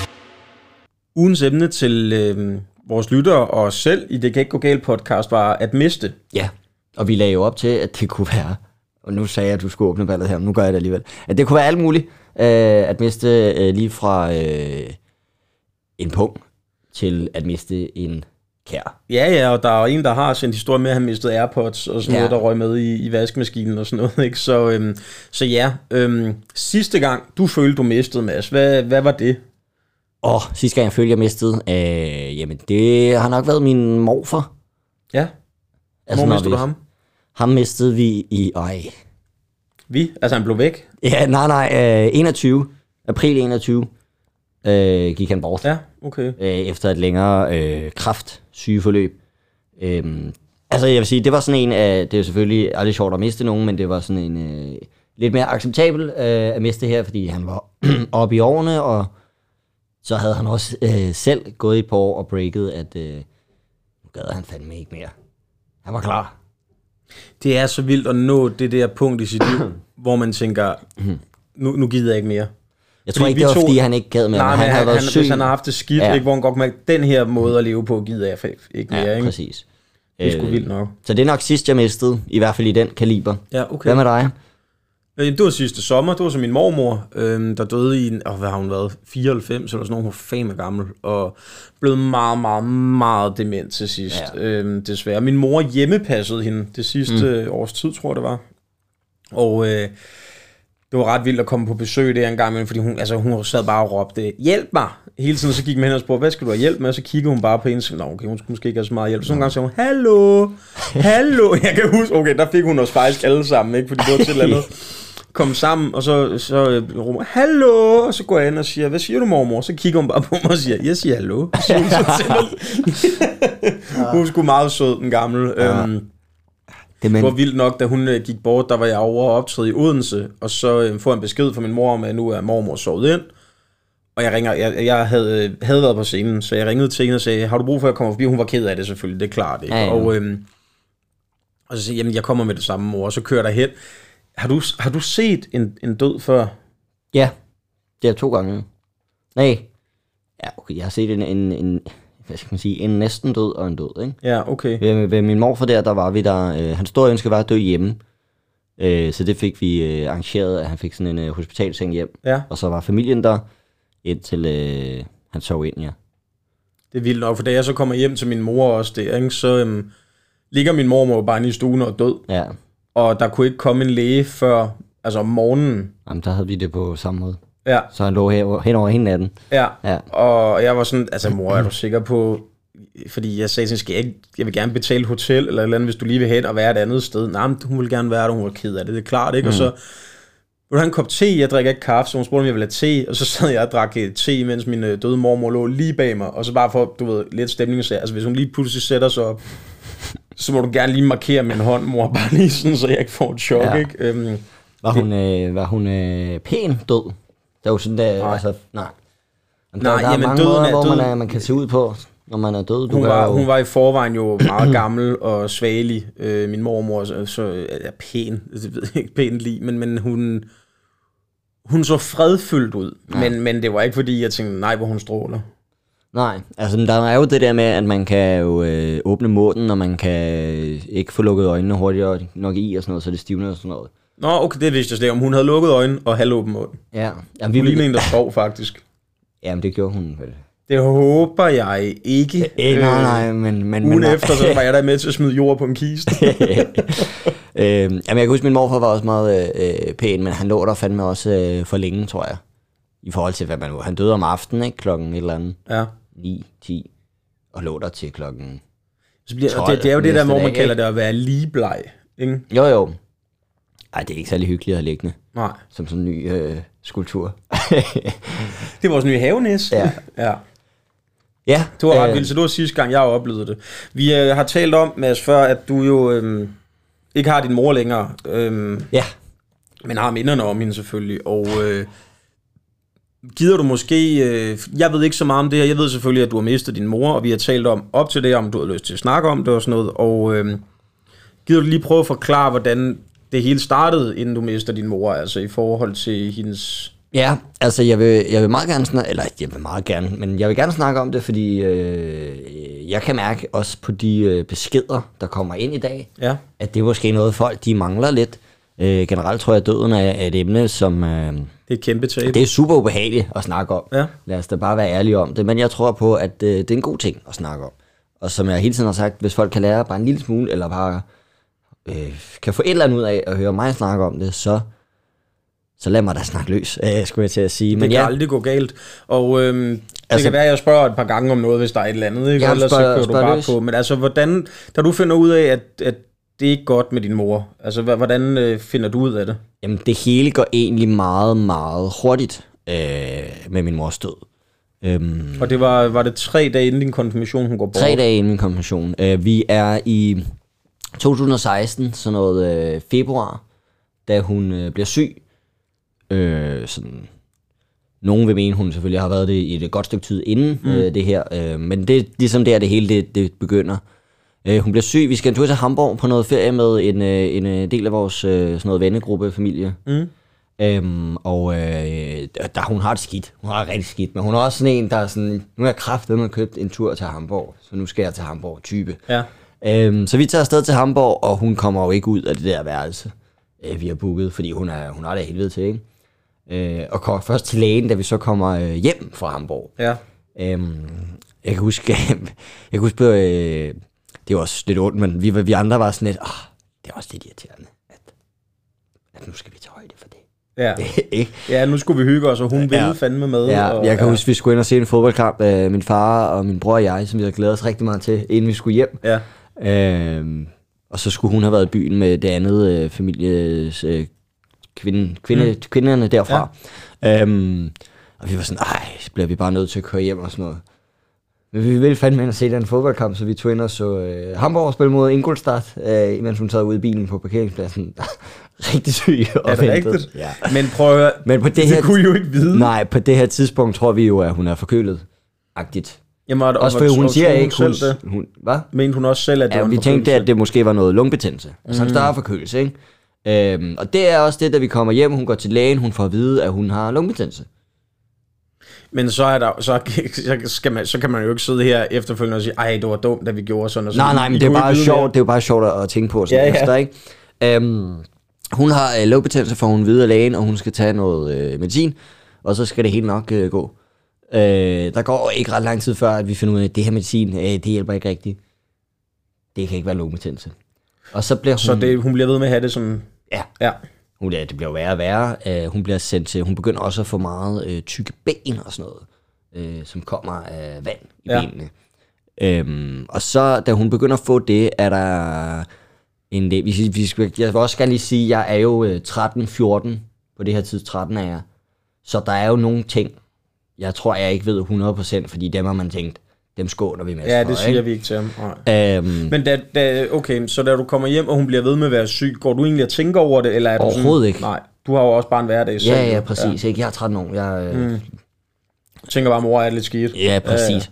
Ugens emne til vores lyttere og os selv i Det Kan Ikke Gå Galt podcast var at miste. Ja, og vi lagde jo op til, at det kunne være, og nu sagde jeg, at du skulle åbne ballet her, men nu gør jeg det alligevel, at det kunne være alt muligt at miste lige fra en pung til at miste en kær. Ja, og der er en, der har sendt historie med, at han mistede AirPods og sådan noget, der røg med i vaskemaskinen og sådan noget, ikke? Så ja, sidste gang du følte, du mistede, Mads, hvad var det? Sidste gang jeg følte, jeg mistede, jamen det har nok været min morfar. Ja, hvor mistede du ham? Ham mistede vi i, Vi? Altså han blev væk? Ja, nej, april 21 gik han bort. Ja, okay. Efter et længere kræftsygeforløb. Altså jeg vil sige, det var sådan en af, det er jo selvfølgelig aldrig sjovt at miste nogen, men det var sådan en lidt mere acceptabel at miste her, fordi han var oppe i årene, og så havde han også selv gået i et par år og breaket, at nu gad han fandme ikke mere. Han var klar. Det er så vildt at nå det der punkt i sit liv, hvor man tænker, nu gider jeg ikke mere. Jeg tror ikke, det var fordi han ikke gad mere, men han havde været syg. Hvis han har haft det skidt, ikke, hvor han godt mærke, den her måde at leve på, gider jeg ikke mere. Ja, ikke? Præcis. Det er sgu vildt nok. Så det er nok sidst, jeg mistede, i hvert fald i den kaliber. Ja, okay. Hvad med dig? Det var sidste sommer, det var så min mormor, der døde i, hvad har hun været, 94 eller sådan noget, hun var fandme gammel, og blev meget, meget, meget dement til sidst, desværre. Min mor hjemmepassede hende det sidste års tid, tror jeg det var, og det var ret vildt at komme på besøg der en gang, fordi hun sad bare og råbte, hjælp mig, hele tiden så gik man hen og spurgte, hvad skal du have hjælp med? Og så kiggede hun bare på hende og sagde, okay, hun skulle måske ikke have så meget hjælp. Så nogle gange sagde hun, hallo. Jeg kan huske, okay, der fik hun os faktisk alle sammen, ikke? Fordi det var til et eller andet. Kom sammen, og så råber hallo, og så går jeg ind og siger, hvad siger du, mormor? Så kigger hun bare på mig og siger, jeg siger hallo. Hun er sgu meget sød, den gamle. Det var vildt nok, da hun gik bort, der var jeg over og optræde i Odense, og så får jeg en besked fra min mor om, at nu er mormor sovet ind. Og jeg havde været på scenen, så jeg ringede til hende og sagde, har du brug for at komme forbi? Hun var ked af det selvfølgelig, det er klart. Ikke? Ja. Og så sagde jeg, jamen jeg kommer med det samme, mor, og så kører der hen. Har du set en død før? Ja, det er 2 gange. Nej, ja, okay, jeg har set en hvad skal man sige, en næsten død og en død, ikke? Ja, okay. Ved min morfar der var vi der, hans store ønske var at dø hjemme. Så det fik vi arrangeret, at han fik sådan en hospitalseng hjem. Ja. Og så var familien der, indtil han sov ind, ja. Det er vildt nok, for da jeg så kommer hjem til min mor også der, ikke, så ligger min mormor bare inde i stuen og død. Ja. Og der kunne ikke komme en læge før, altså om morgenen. Jamen, der havde vi det på samme måde. Ja. Så han lå hen over hele natten. Ja. Og jeg var sådan, altså mor, er du sikker på, fordi jeg sagde sådan, jeg vil gerne betale hotel eller et eller andet, hvis du lige vil hen og være et andet sted. Nej, men hun ville gerne være der, hun var ked af det, det er klart, ikke? Og så, vil du have en kop te? Jeg drikker ikke kaffe, så hun spurgte, om jeg ville have te, og så sad jeg og drak te, mens min døde mormor lå lige bag mig, og så bare for, du ved, lidt stemning, så altså hvis hun lige pludselig sætter sig op, så må du gerne lige markere min hånd, mor, bare lige sådan, så jeg ikke får et chok, ikke? Var hun pæn død? Det er jo sådan, der, altså, nej. Der er jamen, mange måder, hvor man kan se ud på, når man er død. Hun var i forvejen jo meget gammel og svagelig, min mormor, så pæn, det ved jeg ikke pænt lige, men hun så fredfyldt ud, men det var ikke fordi, jeg tænkte, nej, hvor hun stråler. Nej, altså der er jo det der med, at man kan jo åbne munden, og man kan ikke få lukket øjnene hurtigere nok i og sådan noget, så det stivner og sådan noget. Nå, okay, det vidste jeg slet om hun havde lukket øjnene og halvåben mund. Ja. Jamen, hun ligner en, der sov, faktisk. Jamen, det gjorde hun vel. Det håber jeg ikke. Nej, men ugen efter, så var jeg der med til at smide jord på en kiste. Jamen, jeg kan huske, min morfar var også meget pæn, men han lå der fandme også for længe, tror jeg. I forhold til, hvad man var. Han døde om aftenen, ikke? Klokken et eller andet. Ja. 9, 10. Og lå der til klokken 12. Det er jo det der, hvor man kalder det at være ligebleg, ikke? Jo. Ej, det er ikke særlig hyggeligt at have liggende. Nej. Som sådan en ny skulptur. Det var vores nye havenæs. Ja. Det var ret vildt, så det var sidste gang, jeg oplevede det. Vi har talt om, Mads, før, at du jo ikke har din mor længere. Men har minderne om hende selvfølgelig. Og gider du måske... jeg ved ikke så meget om det her. Jeg ved selvfølgelig, at du har mistet din mor, og vi har talt om op til det, om du har lyst til at snakke om det og sådan noget. Og gider du lige prøve at forklare, hvordan det hele startede, inden du mister din mor, altså i forhold til hendes... Ja, altså jeg vil meget gerne snakke, eller jeg vil meget gerne, men jeg vil gerne snakke om det, fordi jeg kan mærke også på de beskeder, der kommer ind i dag, at det er måske noget folk, de mangler lidt. Generelt tror jeg, at døden er et emne, som... det er et kæmpe tabu. Det er super ubehageligt at snakke om. Ja. Lad os da bare være ærlige om det, men jeg tror på, at det er en god ting at snakke om. Og som jeg hele tiden har sagt, hvis folk kan lære bare en lille smule, eller bare kan få et eller andet ud af at høre mig snakke om det, så lad mig da snakke løs, skulle jeg til at sige. Det kan aldrig gå galt. Og det kan være, at jeg spørger et par gange om noget, hvis der er et eller andet. Ikke? Ellers så kører du bare på. Men altså, hvordan, da du finder ud af, at det er ikke godt med din mor, altså hvordan finder du ud af det? Jamen, det hele går egentlig meget, meget hurtigt med min mors død. Og det var det 3 dage inden din konfirmation, hun går bort? 3 dage inden min konfirmation. Vi er i 2016, sådan noget februar, da hun bliver syg. Sådan, nogen vil mene, hun selvfølgelig har været det i et godt stykke tid inden det her, men det er ligesom der, det hele det begynder. Hun bliver syg, vi skal en tur til Hamburg på noget ferie med en del af vores sådan noget vennegruppe, familie. Der hun har det skidt, hun har det rigtig skidt, men hun er også sådan en, der er sådan, nu har jeg kraftedeme købt en tur til Hamburg, så nu skal jeg til Hamburg type. Ja. Så vi tager afsted til Hamburg, og hun kommer jo ikke ud af det der værelse, vi har booket, fordi hun er der helvede til, ikke? Og kommer først til lægen, da vi så kommer hjem fra Hamburg. Ja. Jeg kan huske, det var også lidt ondt, men vi andre var sådan lidt, det er også lidt irriterende, at nu skal vi tage højde for det. Ja. Ja, nu skulle vi hygge os, og hun ville fandme med. Ja, og, jeg kan huske, vi skulle ind og se en fodboldkamp, min far og min bror og jeg, som vi havde glædet os rigtig meget til, inden vi skulle hjem. Ja. Og så skulle hun have været i byen med det andet families kvinderne derfra. Ja. Og vi var sådan, bliver vi bare nødt til at køre hjem og sådan noget. Men vi ville fandme ind og se den fodboldkamp, så vi tog ind og så Hamburg spille mod Ingolstadt, imens hun sad ude i bilen på parkeringspladsen. Rigtig syg og er det rigtigt? Ja. Men prøv at høre, men på det her, kunne I jo ikke vide. Nej, på det her tidspunkt tror vi jo, at hun er forkølet-agtigt. Jamen, også fordi hun siger ikke, hun hvad? Mente hun også selv, at det var en vi tænkte, at det måske var noget lungebetændelse. Altså en større forkølelse, ikke? Og det er også det, da vi kommer hjem, hun går til lægen, hun får at vide, at hun har lungebetændelse. Men så kan man jo ikke sidde her efterfølgende og sige, ej, det var dumt, da vi gjorde sådan og sådan. Nej, men det er bare sjovt, det er jo bare sjovt at tænke på sådan efter, ikke? Hun har lungebetændelse, for hun ved af lægen, og hun skal tage noget medicin, og så skal det helt nok gå. Der går ikke ret lang tid før, at vi finder ud af, at det her medicin, det hjælper ikke rigtigt. Det kan ikke være lungebetændelse. Og så bliver hun... Så hun bliver ved med at have det som... Ja. Det bliver værre og værre. Hun bliver sendt til... Hun begynder også at få meget tykke ben og sådan noget, som kommer af vand i benene. Og så, da hun begynder at få det, er der en... Jeg vil også gerne lige sige, at jeg er jo 13-14. På det her tid 13 er jeg. Så der er jo nogle ting, jeg tror, jeg ikke ved 100%, fordi dem har man tænkt, dem skåner vi med. Ja, det siger vi ikke til ham. Men okay, så da du kommer hjem, og hun bliver ved med at være syg, går du egentlig at tænke over det? Eller er overhovedet ikke. Nej, du har jo også bare en hverdag selv. Ja, præcis. Ikke? Jeg er 13 år. Jeg tænker bare, mor er lidt skidt. Ja, præcis.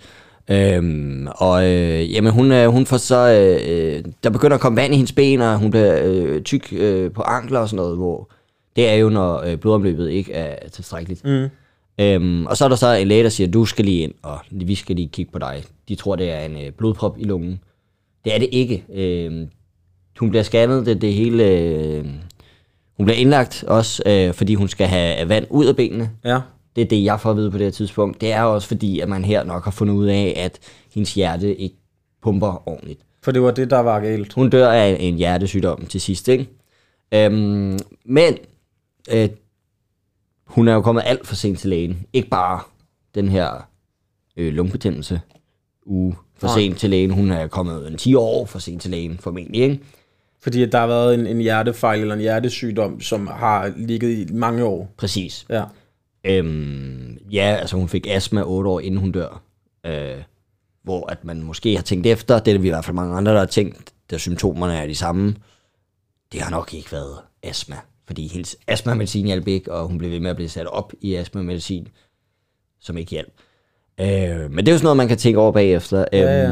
Jamen hun får så... der begynder at komme vand i hendes ben, og hun bliver tyk på ankler og sådan noget, hvor det er jo, når blodomløbet ikke er tilstrækkeligt. Og så er der så en læge, der siger, du skal lige ind, og vi skal lige kigge på dig. De tror, det er en blodprop i lungen. Det er det ikke. Hun bliver scannet, det hele... hun bliver indlagt også, fordi hun skal have vand ud af benene. Ja. Det er det, jeg får at vide på det her tidspunkt. Det er også fordi, at man her nok har fundet ud af, at hendes hjerte ikke pumper ordentligt. For det var det, der var galt. Hun dør af en hjertesygdom til sidst, ikke? Men... hun er jo kommet alt for sent til lægen. Ikke bare den her lungebetændelse uge for sent til lægen. Hun er kommet 10 år for sent til lægen, formentlig, ikke? Fordi der har været en hjertefejl eller en hjertesygdom, som har ligget i mange år. Præcis. Ja. Altså hun fik astma 8 år inden hun dør. Hvor at man måske har tænkt efter, det er vi i hvert fald mange andre, der har tænkt, at symptomerne er de samme. Det har nok ikke været astma. Fordi hendes astma-medicin hjalp ikke, og hun blev ved med at blive sat op i astma-medicin, som ikke hjalp. Men det er jo sådan noget, man kan tænke over bagefter.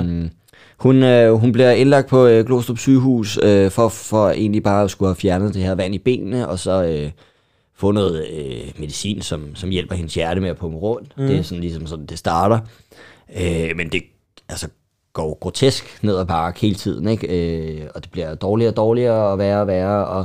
Hun bliver indlagt på Glostrup sygehus, for egentlig bare at skulle have fjernet det her vand i benene, og så få noget medicin, som hjælper hendes hjerte med at pumpe rundt. Det er sådan ligesom sådan, det starter. Men det går grotesk ned ad bakke hele tiden, ikke? Og det bliver dårligere og dårligere, og værre og værre, og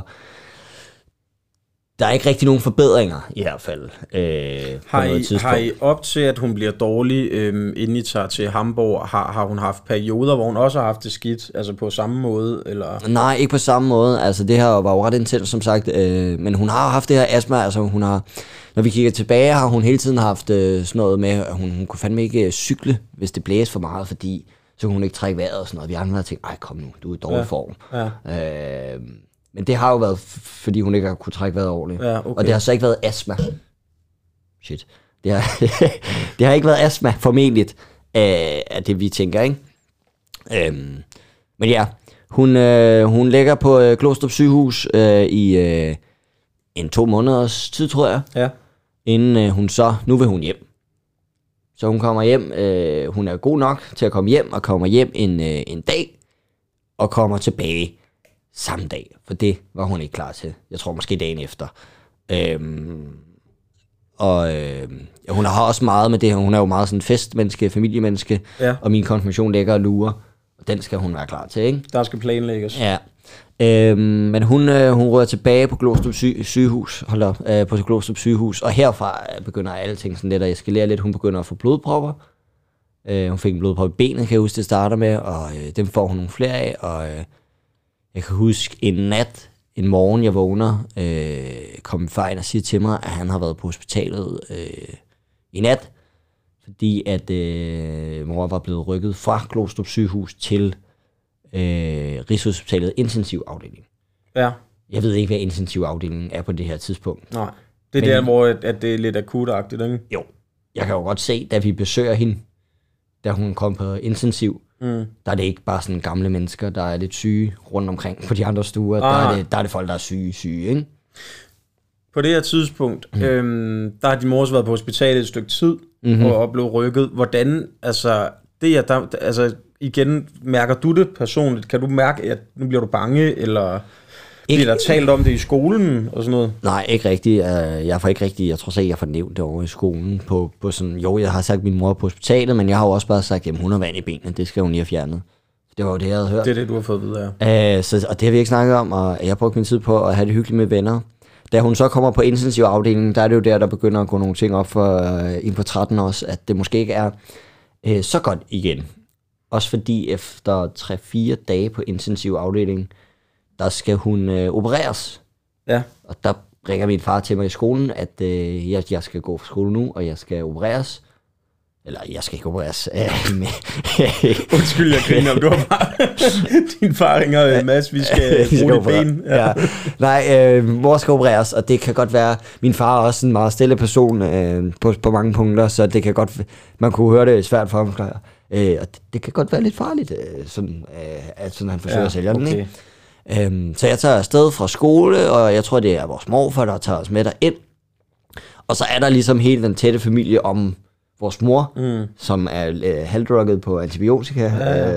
der er ikke rigtig nogen forbedringer i hvert fald på noget tidspunkt. Har I op til, at hun bliver dårlig, inden I tager til Hamburg, har hun haft perioder, hvor hun også har haft det skidt, altså på samme måde? Eller? Nej, ikke på samme måde. Altså det her var jo ret intens, som sagt. Men hun har haft det her astma, altså hun har, når vi kigger tilbage, har hun hele tiden haft sådan noget med, at hun kunne fandme ikke cykle, hvis det blæste for meget, fordi så kunne hun ikke trække vejret og sådan noget. Vi andre har tænkt, ej kom nu, du er i dårlig form. Ja. Men det har jo været, fordi hun ikke har kunne trække vejret ordentligt. Ja, okay. Og det har så ikke været astma. Shit. Det har ikke været astma, formentlig, af det vi tænker, ikke? Men ja, hun ligger på Glostrup sygehus i 2 måneders tid, tror jeg. Ja. Inden hun så, nu vil hun hjem. Så hun kommer hjem, hun er god nok til at komme hjem, og kommer hjem en dag, og kommer tilbage samme dag, for det var hun ikke klar til. Jeg tror måske dagen efter. Hun har også meget med det her. Hun er jo meget sådan festmenneske, familiemenneske, og min konfirmation ligger og lurer, og den skal hun være klar til, ikke? Der skal planlægges. Ja. Men hun rører tilbage på Glostrup sygehus, på Glostrup sygehus, og herfra begynder alle ting sådan lidt at eskalere lidt. Hun begynder at få blodpropper. Hun fik en blodprop i benet, kan jeg huske, det starter med, og dem får hun nogle flere af, og jeg kan huske en nat, en morgen, jeg vågner, kom min far ind og siger til mig, at han har været på hospitalet i nat, fordi at mor var blevet rykket fra Glostrup sygehus til Rigshospitalet intensivafdeling. Ja. Jeg ved ikke, hvad intensivafdelingen er på det her tidspunkt. Nej, det er der, hvor at det er lidt akutagtigt, ikke? Jo, jeg kan jo godt se, da vi besøger hende, da hun kom på intensiv, der er det ikke bare sådan gamle mennesker, der er lidt syge rundt omkring på de andre stuer. Der er det folk, der er syge, ikke? På det her tidspunkt, der har din mor også været på hospitalet et stykke tid, og blevet rykket. Hvordan, altså, igen, mærker du det personligt? Kan du mærke, at nu bliver du bange, eller bliver der talt om det i skolen og sådan noget? Nej, ikke rigtigt. Jeg får ikke rigtigt, jeg tror så ikke, jeg får nævnt det over i skolen. På sådan, jo, jeg har sagt min mor på hospitalet, men jeg har jo også bare sagt, at hun har vand i benene, det skal hun lige have fjernet. Det var jo det, jeg havde hørt. Det er det, du har fået videre, og det har vi ikke snakket om, og jeg har brugt min tid på at have det hyggeligt med venner. Da hun så kommer på intensivafdelingen, der er det jo der begynder at gå nogle ting op for en på 13 også, at det måske ikke er så godt igen. Også fordi efter 3-4 dage på intensivafdelingen, der skal hun opereres. Ja. Og der ringer min far til mig i skolen, at jeg skal gå fra skole nu, og jeg skal opereres. Eller, jeg skal ikke opereres. Undskyld, jeg griner, du har bare... Din far ringer, Mads, vi skal bruge ben. Ja. Nej, mor skal opereres, og det kan godt være... Min far er også en meget stille person på mange punkter, så det kan godt... Man kunne høre det svært for ham, og det kan godt være lidt farligt, at sådan han forsøger at sælge den, ikke? Så jeg tager afsted fra skole, og jeg tror, det er vores morfar, der tager os med derind. Og så er der ligesom hele den tætte familie om vores mor, som er halvdrukket på antibiotika.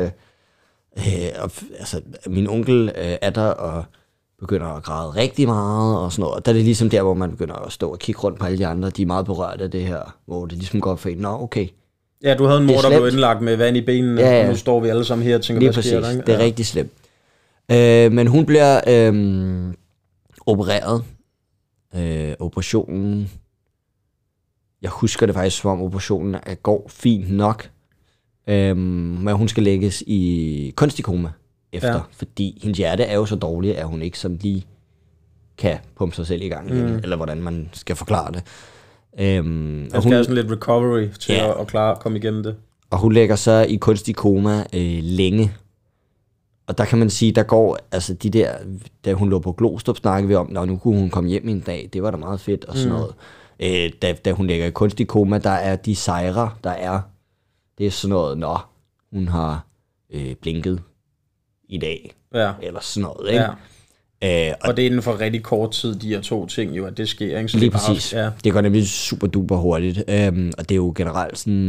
Altså, min onkel er der og begynder at græde rigtig meget og sådan noget. Og der er det ligesom der, hvor man begynder at stå og kigge rundt på alle de andre. De er meget berørte af det her, hvor det ligesom går for en. Nå, okay. Ja, du havde en mor, der blev indlagt med vand i benene, og nu står vi alle sammen her og tænker, lige hvad sker der? Ikke? Det er rigtig slemt. Men hun bliver opereret. Operationen... Jeg husker det faktisk, som om operationen går fint nok. Men hun skal lægges i kunstig koma efter, fordi hendes hjerte er jo så dårlig, at hun ikke som lige kan pumpe sig selv i gang igen, eller hvordan man skal forklare det. Der skal have sådan lidt recovery til at klare at komme igennem det. Og hun lægger så i kunstig koma længe. Og der kan man sige, der går, altså de der, da hun lå på Glostrup, snakkede vi om, og nu kunne hun komme hjem en dag, det var da meget fedt og sådan noget. Da hun ligger i kunstig koma, der er de sejre, der er, det er sådan noget, hun har blinket i dag, eller sådan noget, ikke? Ja. Og det er inden for rigtig kort tid, de her to ting jo, at det sker, ikke? Så lige det præcis. Bare, det går nemlig super duper hurtigt, og det er jo generelt sådan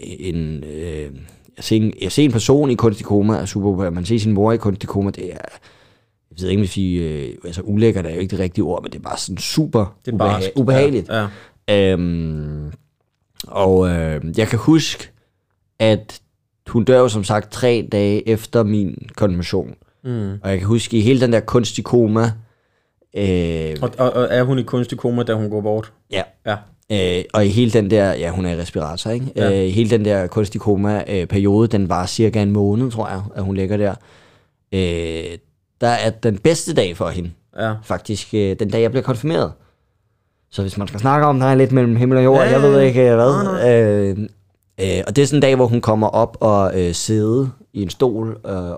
jeg ser en person i kunstig koma er super, man ser sin mor i kunstig koma, det er, jeg ved ikke, hvis I, altså ulækkert er jo ikke det rigtige ord, men det er bare sådan super ubehageligt. Ja. Jeg kan huske, at hun dør jo som sagt 3 dage efter min konfirmation. Og jeg kan huske, i hele den der kunstig koma... Og er hun i kunstig koma, da hun går bort? Ja. Og i hele den der, hun er i respirator, ikke? Ja. Hele den der kunstig koma-periode, den var cirka en måned, tror jeg, at hun ligger der. Der er den bedste dag for hende. Ja. Faktisk den dag, jeg bliver konfirmeret. Så hvis man skal snakke om, der er lidt mellem himmel og jord, jeg ved ikke hvad. Og det er sådan en dag, hvor hun kommer op og sidder i en stol,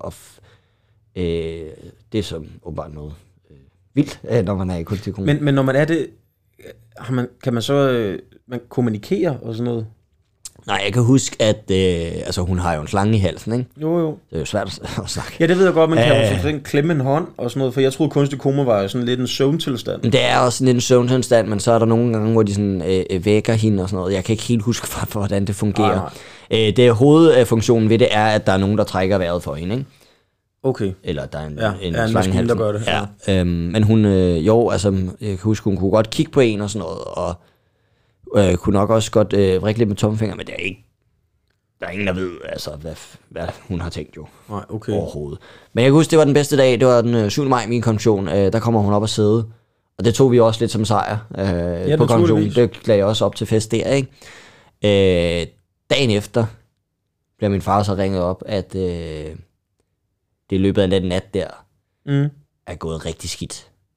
det er som åbenbart noget vildt, når man er i kunstig koma. Men når man er det, kan man så man kommunikere og sådan noget? Nej, jeg kan huske, at hun har jo en slange i halsen, ikke? Jo. Det er jo svært at snakke. Ja, det ved jeg godt, man kan jo klemme en hånd og sådan noget, for jeg troede, kunstig koma var sådan lidt en søvntilstand. Det er også lidt en søvntilstand, men så er der nogle gange, hvor de sådan vækker hende og sådan noget. Jeg kan ikke helt huske, hvordan det fungerer. Det hovedfunktionen ved det er, at der er nogen, der trækker vejret for hende, ikke? Okay. Eller der er en maskine, der gør det. Ja. Men hun, jeg kan huske, hun kunne godt kigge på en og sådan noget, og kunne nok også godt vrikke lidt med tommelfinger, men der er ingen, der ved, altså, hvad hun har tænkt jo. Nej, okay. Overhovedet. Men jeg kan huske, det var den bedste dag, det var den 7. maj, min konfirmation, der kommer hun op og sidde, og det tog vi også lidt som sejr på konfirmationen. Det lagde jeg også op til fest der, ikke? Dagen efter bliver min far så ringet op, at det i løbet af den nat der er gået rigtig skidt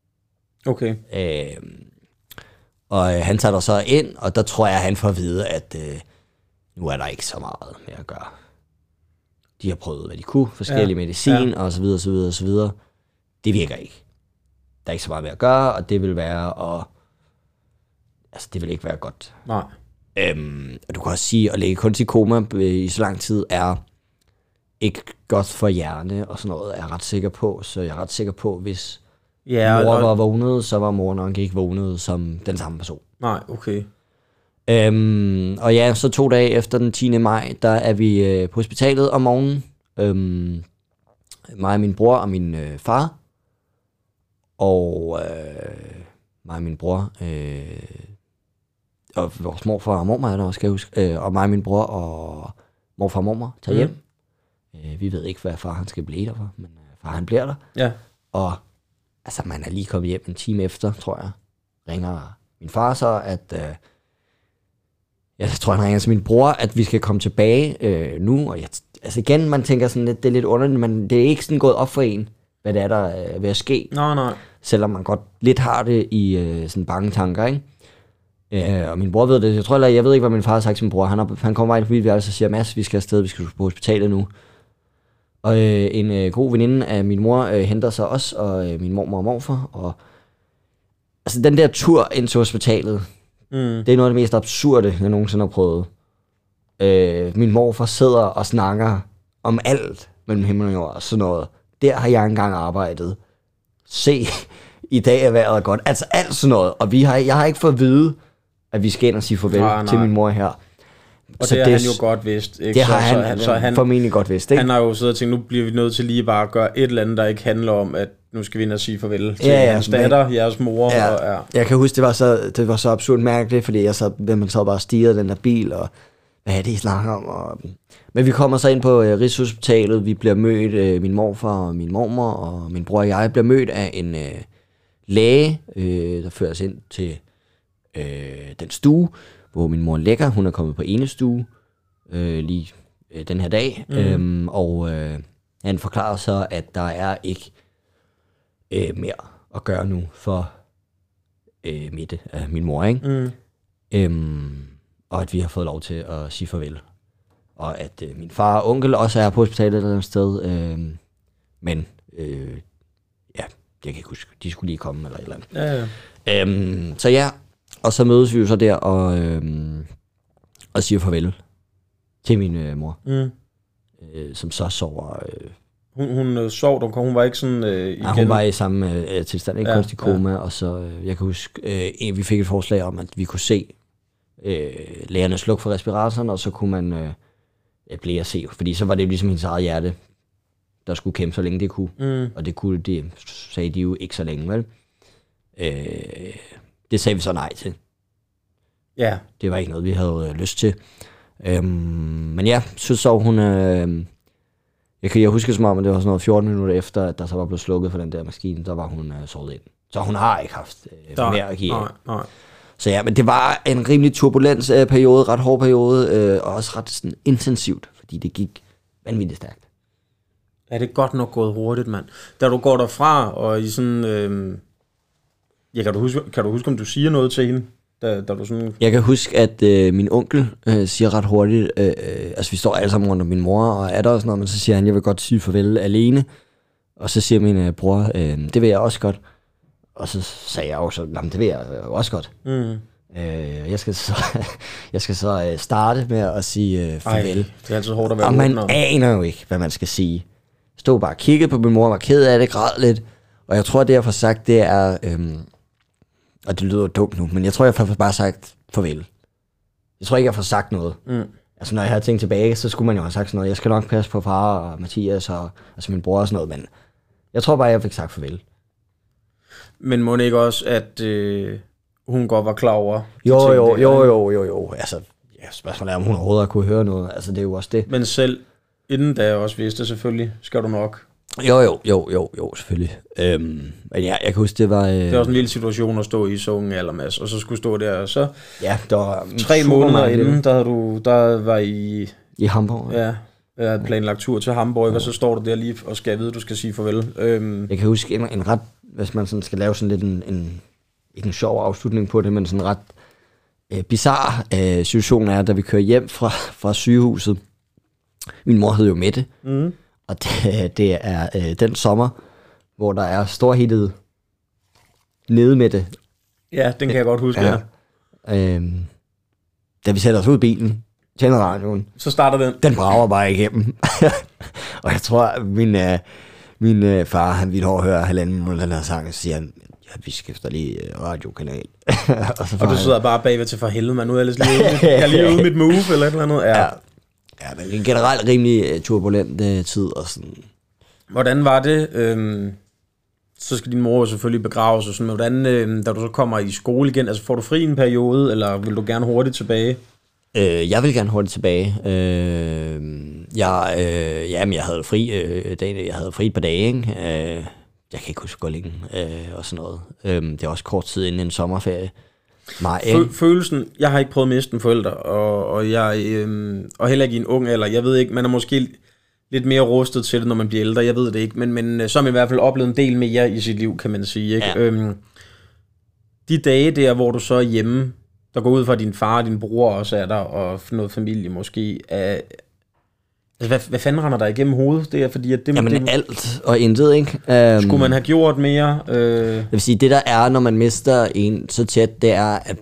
Okay. Og han tager der så ind, og der tror jeg, han får at vide, at nu er der ikke så meget med at gøre. De har prøvet, hvad de kunne, forskellige medicin, og så videre, så videre, så videre. Det virker ikke. Der er ikke så meget med at gøre, og det vil være altså, det vil ikke være godt. Nej. Og du kan også sige, at lægge kunstig koma i så lang tid er ikke godt for hjerne og sådan noget, er jeg ret sikker på. Så jeg er ret sikker på, hvis mor var vågnet, så var mor nok ikke vågnet som den samme person. Nej, okay. Og ja, så 2 dage efter den 10. maj, der er vi på hospitalet om morgenen. Mig og min bror og min far. Og mig og min bror, og vores morfar og mormor er der også, skal jeg huske. Og mig og min bror og morfar og mormor tager hjem. Vi ved ikke, hvad far han skal blive der for, men far han bliver der. Ja. Og altså, man er lige kommet hjem en time efter, tror jeg. Ringer min far så, at jeg tror, han ringer til min bror, at vi skal komme tilbage nu. Og altså igen, man tænker sådan lidt, det er lidt underligt, men det er ikke sådan gået op for en, hvad det er, der er ved at ske. Nej. Selvom man godt lidt har det i sådan bange tanker, ikke? Og min bror ved det. Jeg ved ikke, hvad min far har sagt til min bror. Han kommer vej forbi og siger, Mads, vi skal afsted, vi skal på hospitalet nu. Og en god veninde af min mor henter sig også, og min mormor og morfar. Og altså den der tur ind til hospitalet, det er noget af det mest absurde, jeg nogensinde har prøvet. Min morfar sidder og snakker om alt mellem himmel og jord og sådan noget. Der har jeg engang arbejdet. Se, i dag er vejret godt. Altså alt sådan noget. Og jeg har ikke fået at vide, at vi skal ind og sige farvel til min mor her. Og så det har han jo godt vidst. Ikke? Det har han formentlig godt vidst. Ikke? Han har jo siddet og tænkt, nu bliver vi nødt til lige bare at gøre et eller andet, der ikke handler om, at nu skal vi ind og sige farvel til hans datter, jeres mor. Og, Jeg kan huske, det var så absurd mærkeligt, fordi man så bare stirrede den der bil, og hvad er det, I snakker om? Men vi kommer så ind på Rigshospitalet, vi bliver mødt, min morfar og min mormor, og min bror og jeg bliver mødt af en læge, der fører os ind til den stue, hvor min mor ligger. Hun er kommet på enestue lige den her dag, og han forklarer så, at der er ikke mere at gøre nu for Mette, min mor, ikke? Og at vi har fået lov til at sige farvel. Og at min far og onkel også er på hospitalet et eller andet sted, men jeg kan ikke huske, de skulle lige komme eller et eller andet. Ja. Så ja, og så mødes vi jo så der og siger farvel til min mor, som så sover. Hun sov, hun var ikke sådan igen? Nej, hun var i samme tilstand, ikke kunstig koma, og så, jeg kan huske, vi fik et forslag om, at vi kunne se lægerne slukke for respiratoren, og så kunne man blive at se, fordi så var det ligesom hendes eget hjerte, der skulle kæmpe så længe det kunne, og det sagde de jo ikke så længe, vel? Det sagde vi så nej til. Ja. Det var ikke noget, vi havde lyst til. Men ja, så sov hun. Jeg husker som om, at det var sådan noget 14 minutter efter, at der så var blevet slukket for den der maskine, der var hun sovet ind. Så hun har ikke haft mere at give. Nej. Så ja, men det var en rimelig turbulens periode, ret hård periode, og også ret sådan intensivt, fordi det gik vanvittigt stærkt. Ja, det er godt nok gået hurtigt, mand. Da du går derfra, og i sådan... Ja, kan du huske, om du siger noget til hende? Da du sådan... Jeg kan huske, at min onkel siger ret hurtigt, altså vi står alle sammen rundt om min mor, og er der også noget, men så siger han, jeg vil godt sige farvel alene. Og så siger min bror, det vil jeg også godt. Og så sagde jeg også, det vil jeg også godt. Jeg skal så starte med at sige farvel. Det er altid hårdt at være og man aner jo ikke, hvad man skal sige. Stod bare og kiggede på min mor, var ked af det, græd lidt. Og jeg tror, det jeg får sagt, det er... og det lyder dumt nu, men jeg tror, jeg har bare sagt farvel. Jeg tror ikke, jeg får sagt noget. Altså, når jeg havde tænkt tilbage, så skulle man jo have sagt sådan noget. Jeg skal nok passe på far og Mathias og altså min bror og sådan noget, men jeg tror bare, jeg fik sagt farvel. Men må det ikke også, at hun godt var klar over? Jo. Altså, spørgsmålet er, om hun overhovedet kunne høre noget. Altså, det er jo også det. Men selv inden da jeg også vidste, selvfølgelig skal du nok. Jo, selvfølgelig. Men ja, jeg kan huske, det var... Det var også en lille situation at stå i så unge alder, Mads, og så skulle stå der, og så... Ja, der var... 3 måneder inden, der var I... I Hamburg. Ja, jeg havde planlagt tur til Hamburg, og så står du der lige og skal vide, at du skal sige farvel. Jeg kan huske en ret hvis man sådan skal lave sådan lidt ikke en sjov afslutning på det, men sådan ret bizarre situation er, da vi kører hjem fra sygehuset. Min mor hed jo Mette, og det er den sommer, hvor der er storhittet nede med det. Ja, den kan jeg godt huske, ja. Da vi sætter os ud i bilen, tænder radioen. Så starter den. Den brager bare igennem. Og jeg tror, min far, han ville høre 1,5 minut den her sang, og så siger han, ja, vi skifter lige radiokanal. og du sidder bare bagved til for helvede, man. Nu er jeg lige ude mit move, eller et eller andet. Ja, men en generelt rimelig turbulent tid. Og sådan. Hvordan var det? Så skal din mor selvfølgelig begraves og sådan. Hvordan, da du så kommer i skole igen, altså får du fri en periode, eller vil du gerne hurtigt tilbage? Jeg vil gerne hurtigt tilbage. Jeg havde fri jeg havde fri et par dage, ikke? Jeg kan ikke huske hvor længe og sådan noget. Det er også kort tid inden en sommerferie. Følelsen, jeg har ikke prøvet at miste en forælder, og jeg og heller ikke i en ung alder. Jeg ved ikke, man er måske lidt mere rustet til det, når man bliver ældre. Jeg ved det ikke, men så har man i hvert fald oplevet en del mere i sit liv, kan man sige. Ikke? Ja. De dage der, hvor du så er hjemme, der går ud fra din far og din bror også er der, og noget familie måske. Altså, hvad fanden render der igennem hovedet? Det er fordi, at det alt og intet, ikke? Skulle man have gjort mere? Jeg vil sige, det der er, når man mister en så tæt, det er, at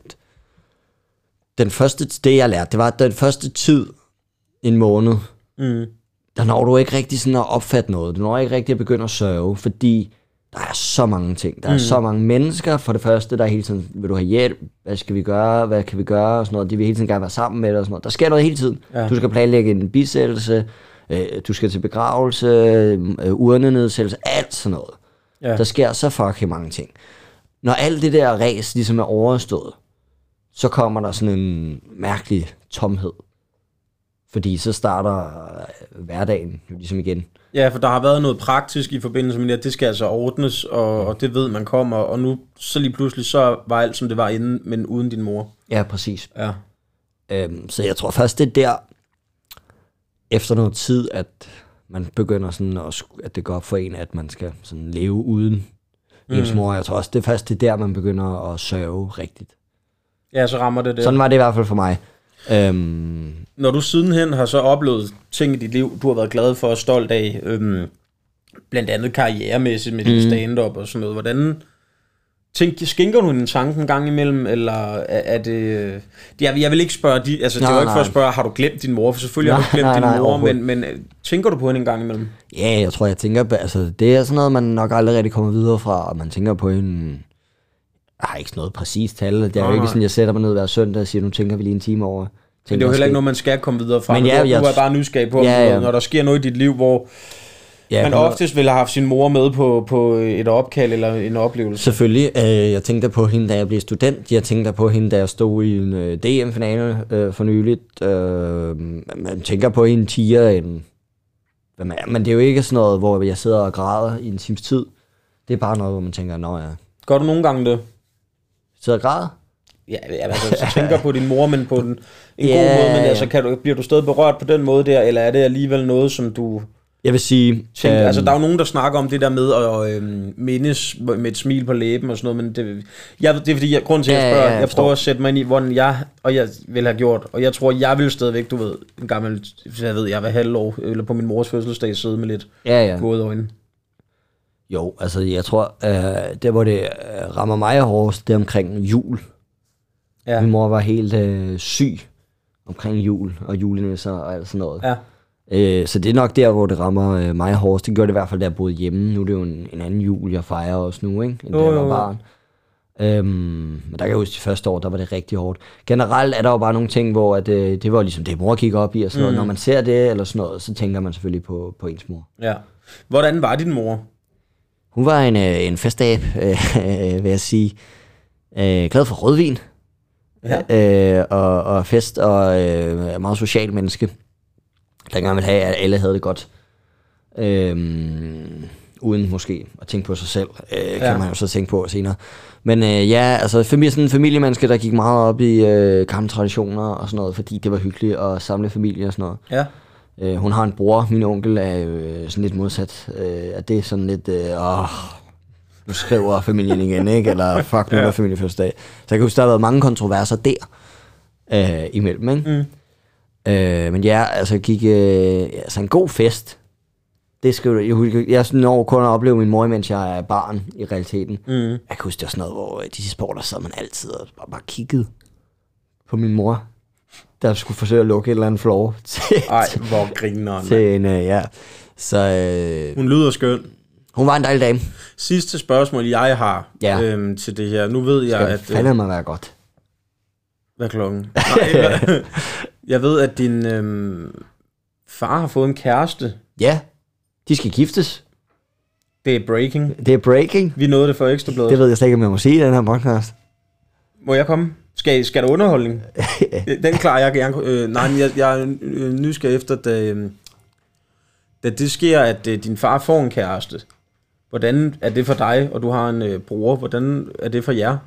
det jeg lærte, det var, at den første tid, en måned, der når du ikke rigtig sådan at opfatte noget. Du når ikke rigtig at begynde at sørge, fordi der er så mange ting. Der er så mange mennesker. For det første, der hele tiden, vil du have hjælp? Hvad skal vi gøre? Hvad kan vi gøre? Og sådan noget. De vil hele tiden gerne være sammen med dig. Og sådan noget. Der sker noget hele tiden. Ja. Du skal planlægge en bisættelse. Du skal til begravelse. Urnenedsættelse. Alt sådan noget. Ja. Der sker så fucking mange ting. Når alt det der ræs ligesom er overstået, så kommer der sådan en mærkelig tomhed. Fordi så starter hverdagen jo ligesom igen. Ja, for der har været noget praktisk i forbindelse med det, at det skal altså ordnes, og det ved man kommer, og nu så lige pludselig så var alt som det var inden, men uden din mor. Ja, præcis. Ja. Så jeg tror først det der, efter noget tid, at man begynder sådan, at det går op for en, at man skal sådan leve uden ens mor. Jeg tror også, det er først det der, man begynder at sørge rigtigt. Ja, så rammer det der. Sådan var det i hvert fald for mig. Når du sidenhen har så oplevet ting i dit liv, du har været glad for og stolt af, blandt andet karrieremæssigt med din stand-up og sådan noget, hvordan skænker du en tanke en gang imellem, eller er det... Jeg vil ikke spørge, det er jo ikke for at spørge, har du glemt din mor, for selvfølgelig har du glemt din mor, men tænker du på hende en gang imellem? Ja, jeg tror, jeg tænker, altså det er sådan noget, man nok aldrig rigtig kommer videre fra, og man tænker på hende... Jeg har ikke sådan noget præcist tal. Det er jo ikke sådan, jeg sætter mig ned hver søndag og siger, nu tænker vi lige en time over. Men det er jo heller ikke noget, man skal komme videre fra. Men du er bare nysgerrig på, når der sker noget i dit liv, hvor man oftest ville have haft sin mor med på et opkald eller en oplevelse. Selvfølgelig. Jeg tænkte på hende, da jeg blev student. Jeg tænkte på hende, da jeg stod i en DM-finale for nyligt. Man tænker på hende tiger. Men det er jo ikke sådan noget, hvor jeg sidder og græder i en times tid. Det er bare noget, hvor man tænker, nå ja. Gør du nogle gange det? Sidder og græder? Ja, altså, så tænker på din mor, men på en god måde, men altså, bliver du stadig berørt på den måde der, eller er det alligevel noget, som du... Jeg vil sige... tænker, altså, der er jo nogen, der snakker om det der med at mindes med et smil på læben og sådan noget, men det er fordi, grunden til, at jeg spørger, jeg prøver at sætte mig ind i, hvordan jeg vil have gjort, og jeg tror, jeg vil stadigvæk, du ved, en gammel, jeg var halvår, eller på min mors fødselsdag, sidde med lidt gode øjne. Jo, altså jeg tror, der hvor det rammer mig hårdest, det er omkring jul. Ja. Min mor var helt syg omkring jul og julenisser og alt sådan noget. Ja. Så det er nok der, hvor det rammer mig hårdest. Det gjorde det i hvert fald, da jeg boede hjemme. Nu er det jo en anden jul, jeg fejrer også nu, ikke? End da jeg var barn. Men der kan jeg huske, de første år, der var det rigtig hårdt. Generelt er der jo bare nogle ting, hvor at, det var ligesom det, mor gik op i og sådan noget. Når man ser det eller sådan noget, så tænker man selvfølgelig på ens mor. Ja. Hvordan var din mor? Hun var en festab, vil jeg sige. Glad for rødvin. Ja. Og fest, og meget social menneske. Der gerne ville have, at alle havde det godt. Uden måske at tænke på sig selv, kan man jo så tænke på senere. Men altså sådan en familiemenneske, der gik meget op i gamle traditioner og sådan noget, fordi det var hyggeligt at samle familie og sådan noget. Ja. Hun har en bror, min onkel er sådan lidt modsat. At det er sådan lidt... nu skriver familien igen, ikke? Eller fuck, nu er familiefødselsdag. Så jeg kan huske, der har været mange kontroverser der imellem, ikke? Men ja, altså gik altså en god fest. Det skal jeg når kun at opleve min mor, mens jeg er barn i realiteten. Jeg kan huske, det var sådan noget, hvor de sidste år, der sad man altid og bare kiggede på min mor, der skulle forsøge at lukke et eller andet floor. Ej, hvor griner til en, ja. Så, hun lyder skøn. Hun var en dejlig dame. Sidste spørgsmål, jeg har til det her. Nu ved jeg, at... Skal fandme være godt. Hvad er klokken? Nej, jeg ved, at din far har fået en kæreste. Ja, de skal giftes. Det er breaking. Det er breaking. Vi nåede det for Ekstrabladet. Det ved jeg slet ikke, om jeg må sige i den her podcast. Må jeg komme? Skal der underholdning? Den klarer jeg gerne. Nej, men jeg er nysgerrig efter, da det sker, at din far får en kæreste. Hvordan er det for dig, og du har en bror? Hvordan er det for jer?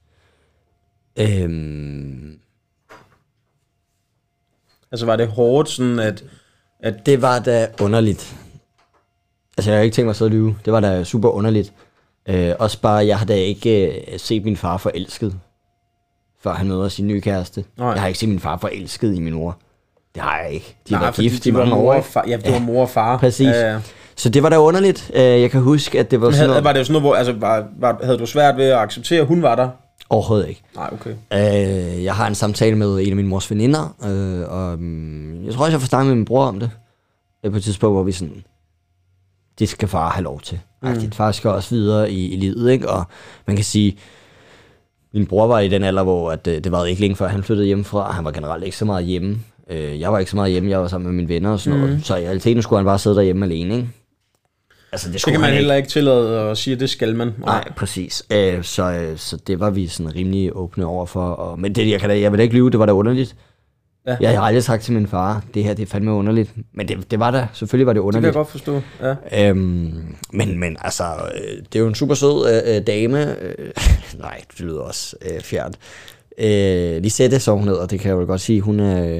Altså var det hårdt sådan, at... Det var da underligt. Altså jeg har ikke tænkt mig at sidde og lyve. Det var da super underligt. Også bare, jeg har da ikke set min far forelsket, før han møder sin nye kæreste. Nej. Jeg har ikke set min far forelsket i min mor. Det har jeg ikke. De var gift i mange år. Ja, det var mor og far. Præcis. Så det var da underligt. Jeg kan huske, at det var sådan noget... Var det jo sådan noget, hvor... Altså, havde du svært ved at acceptere, at hun var der? Overhovedet ikke. Nej, okay. Jeg har en samtale med en af mine mors veninder, og jeg tror også, jeg får snakket med min bror om det. På et tidspunkt, hvor vi sådan... Det skal far have lov til. Far skal også videre i livet, ikke? Og man kan sige... Min bror var i den alder, hvor at, det var ikke længe før han flyttede hjemmefra. Han var generelt ikke så meget hjemme. Jeg var ikke så meget hjemme. Jeg var sammen med mine venner og sådan noget. Så i realiteten skulle han bare sidde derhjemme alene, ikke? Altså, det kan man heller ikke tillade at sige, at det skal man. Nej, præcis. Så det var vi sådan rimelig åbne over for. Men det, jeg vil da ikke lyve, det var da underligt. Ja. Jeg har aldrig sagt til min far, det her det er fandme underligt. Men det var da, selvfølgelig var det underligt. Det kan jeg godt forstå, ja. Men altså, det er jo en super sød dame. Nej, det lyder også fjernt. Lisette, så hun hedder, det kan jeg jo godt sige. Hun er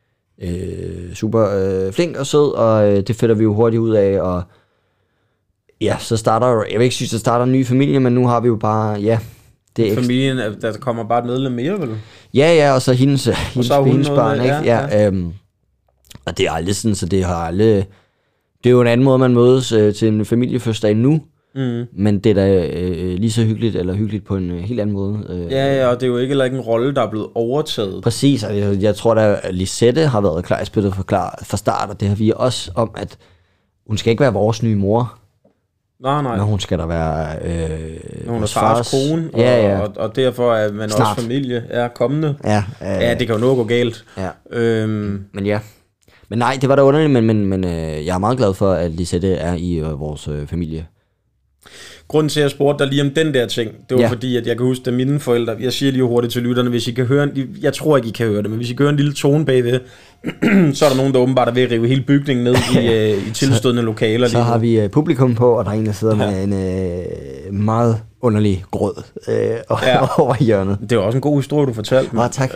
super flink og sød, og det finder vi jo hurtigt ud af. Og ja, så starter, jeg vil ikke synes, at starter en ny familie, men nu har vi jo bare, ja... Familien, der kommer bare et medlem mere, vel? Ja, og så hendes barn, ikke? Ja. Og det er aldrig sådan, så det har aldrig... Det er jo en anden måde, man mødes til en familiefødselsdag nu, men det er da lige så hyggeligt, eller hyggeligt på en helt anden måde. Ja, og det er jo ikke en rolle, der er blevet overtaget. Præcis, og jeg tror da, at Lisette har været klar, spillet fra start, og det har vi også om, at hun skal ikke være vores nye mor. Nej. Men hun skal der være hun er fars kone, og derfor er man snart. Også familie er kommende. Ja, det kan jo nå gå galt. Ja. Men ja. Men nej, det var da underligt, men jeg er meget glad for, at Lisette er i vores familie. Grunden til, at jeg spurgte dig lige om den der ting, det var fordi, at jeg kan huske, at mine forældre, jeg siger lige hurtigt til lytterne, hvis I kan høre, jeg tror ikke, I kan høre det, men hvis I kan høre en lille tone bagved, så er der nogen, der åbenbart er ved at rive hele bygningen ned i tilstødende lokaler. Så har vi publikum på, og der er en, der sidder med en meget underlig grød over hjørnet. Det var også en god historie, du fortalte mig. Tak.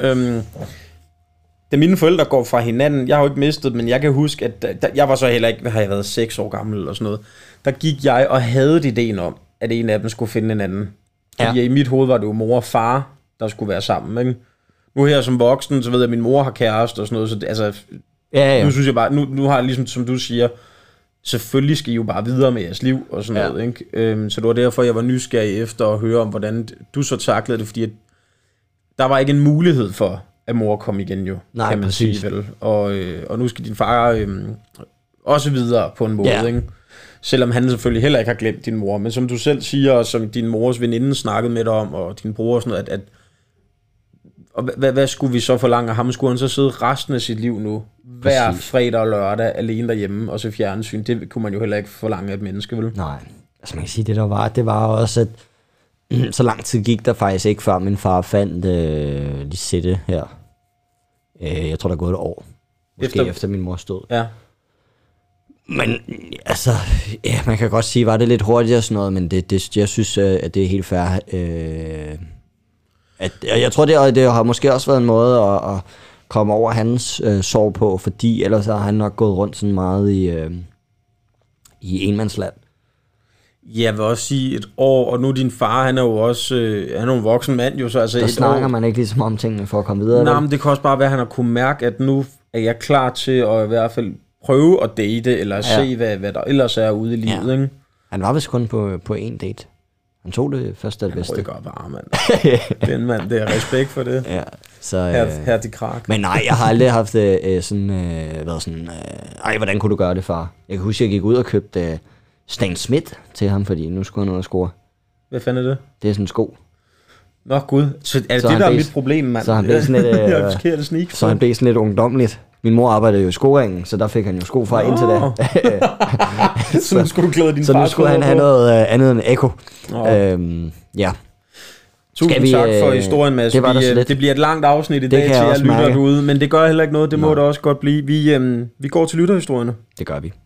Da mine forældre går fra hinanden, jeg har jo ikke mistet, men jeg kan huske, at jeg var så heller ikke, hvad har jeg været, 6 år gammel eller sådan noget, der gik jeg og havde ideen om, at en af dem skulle finde en anden. Fordi i mit hoved var det jo mor og far, der skulle være sammen, ikke? Nu her som voksen, så ved jeg, at min mor har kæreste og sådan noget, så det, altså, nu synes jeg bare, nu har jeg ligesom, som du siger, selvfølgelig skal I jo bare videre med jeres liv og sådan noget, ikke? Så det var derfor, jeg var nysgerrig efter at høre om, hvordan du så taklede det, fordi der var ikke en mulighed for, at mor kom igen jo, kan man sige vel. Og nu skal din far også videre på en måde, ikke? Selvom han selvfølgelig heller ikke har glemt din mor. Men som du selv siger, og som din mors veninde snakkede med dig om, og din bror og sådan noget, og hvad skulle vi så forlange af ham? Skulle han så sidde resten af sit liv nu, hver fredag og lørdag, alene derhjemme og se fjernsyn? Det kunne man jo heller ikke forlange af et menneske, vel? Nej, altså man kan sige, det var også, at så lang tid gik der faktisk ikke, før min far fandt Lisette her. Jeg tror, der er gået et år. Måske efter min mors død. Ja. Men altså, ja, man kan godt sige, var det lidt hurtigt og sådan noget, men jeg synes, at det er helt fair. Jeg tror, det har måske også været en måde at komme over hans sorg på, fordi ellers har han nok gået rundt sådan meget i enmandsland. Jeg vil også sige et år, og nu din far, han er jo også han er en voksen mand jo, så altså der et snakker år, man ikke ligesom om tingene for at komme videre. Nej, men det kan også bare være, at han har kunne mærke, at nu er jeg klar til at i hvert fald prøve at date, eller se, hvad der ellers er ude i livet, ikke? Han var vist kun på en date. Han tog det første af det bedste. Han rykker bare, mand. Den mand, det er respekt for det. Ja, så... Her til krak. Men nej, jeg har aldrig haft været sådan... hvordan kunne du gøre det, far? Jeg kan huske, at jeg gik ud og købte Stan Smith til ham, fordi nu skulle han ud og score. Hvad fanden er det? Det er sådan en sko. Nå gud, så er det der er mit problem, mand? Så han blev sådan lidt, ungdomligt. Min mor arbejdede jo i skoringen, så der fik han jo sko fra indtil da. Så nu skulle du klæde din far. Så nu skulle han have noget andet end Eko. Ja. Tusind tak for historien, Mads. Det bliver et langt afsnit i dag til jer lytter derude, men det gør heller ikke noget. Det må det også godt blive. Vi går til lytterhistorierne. Det gør vi.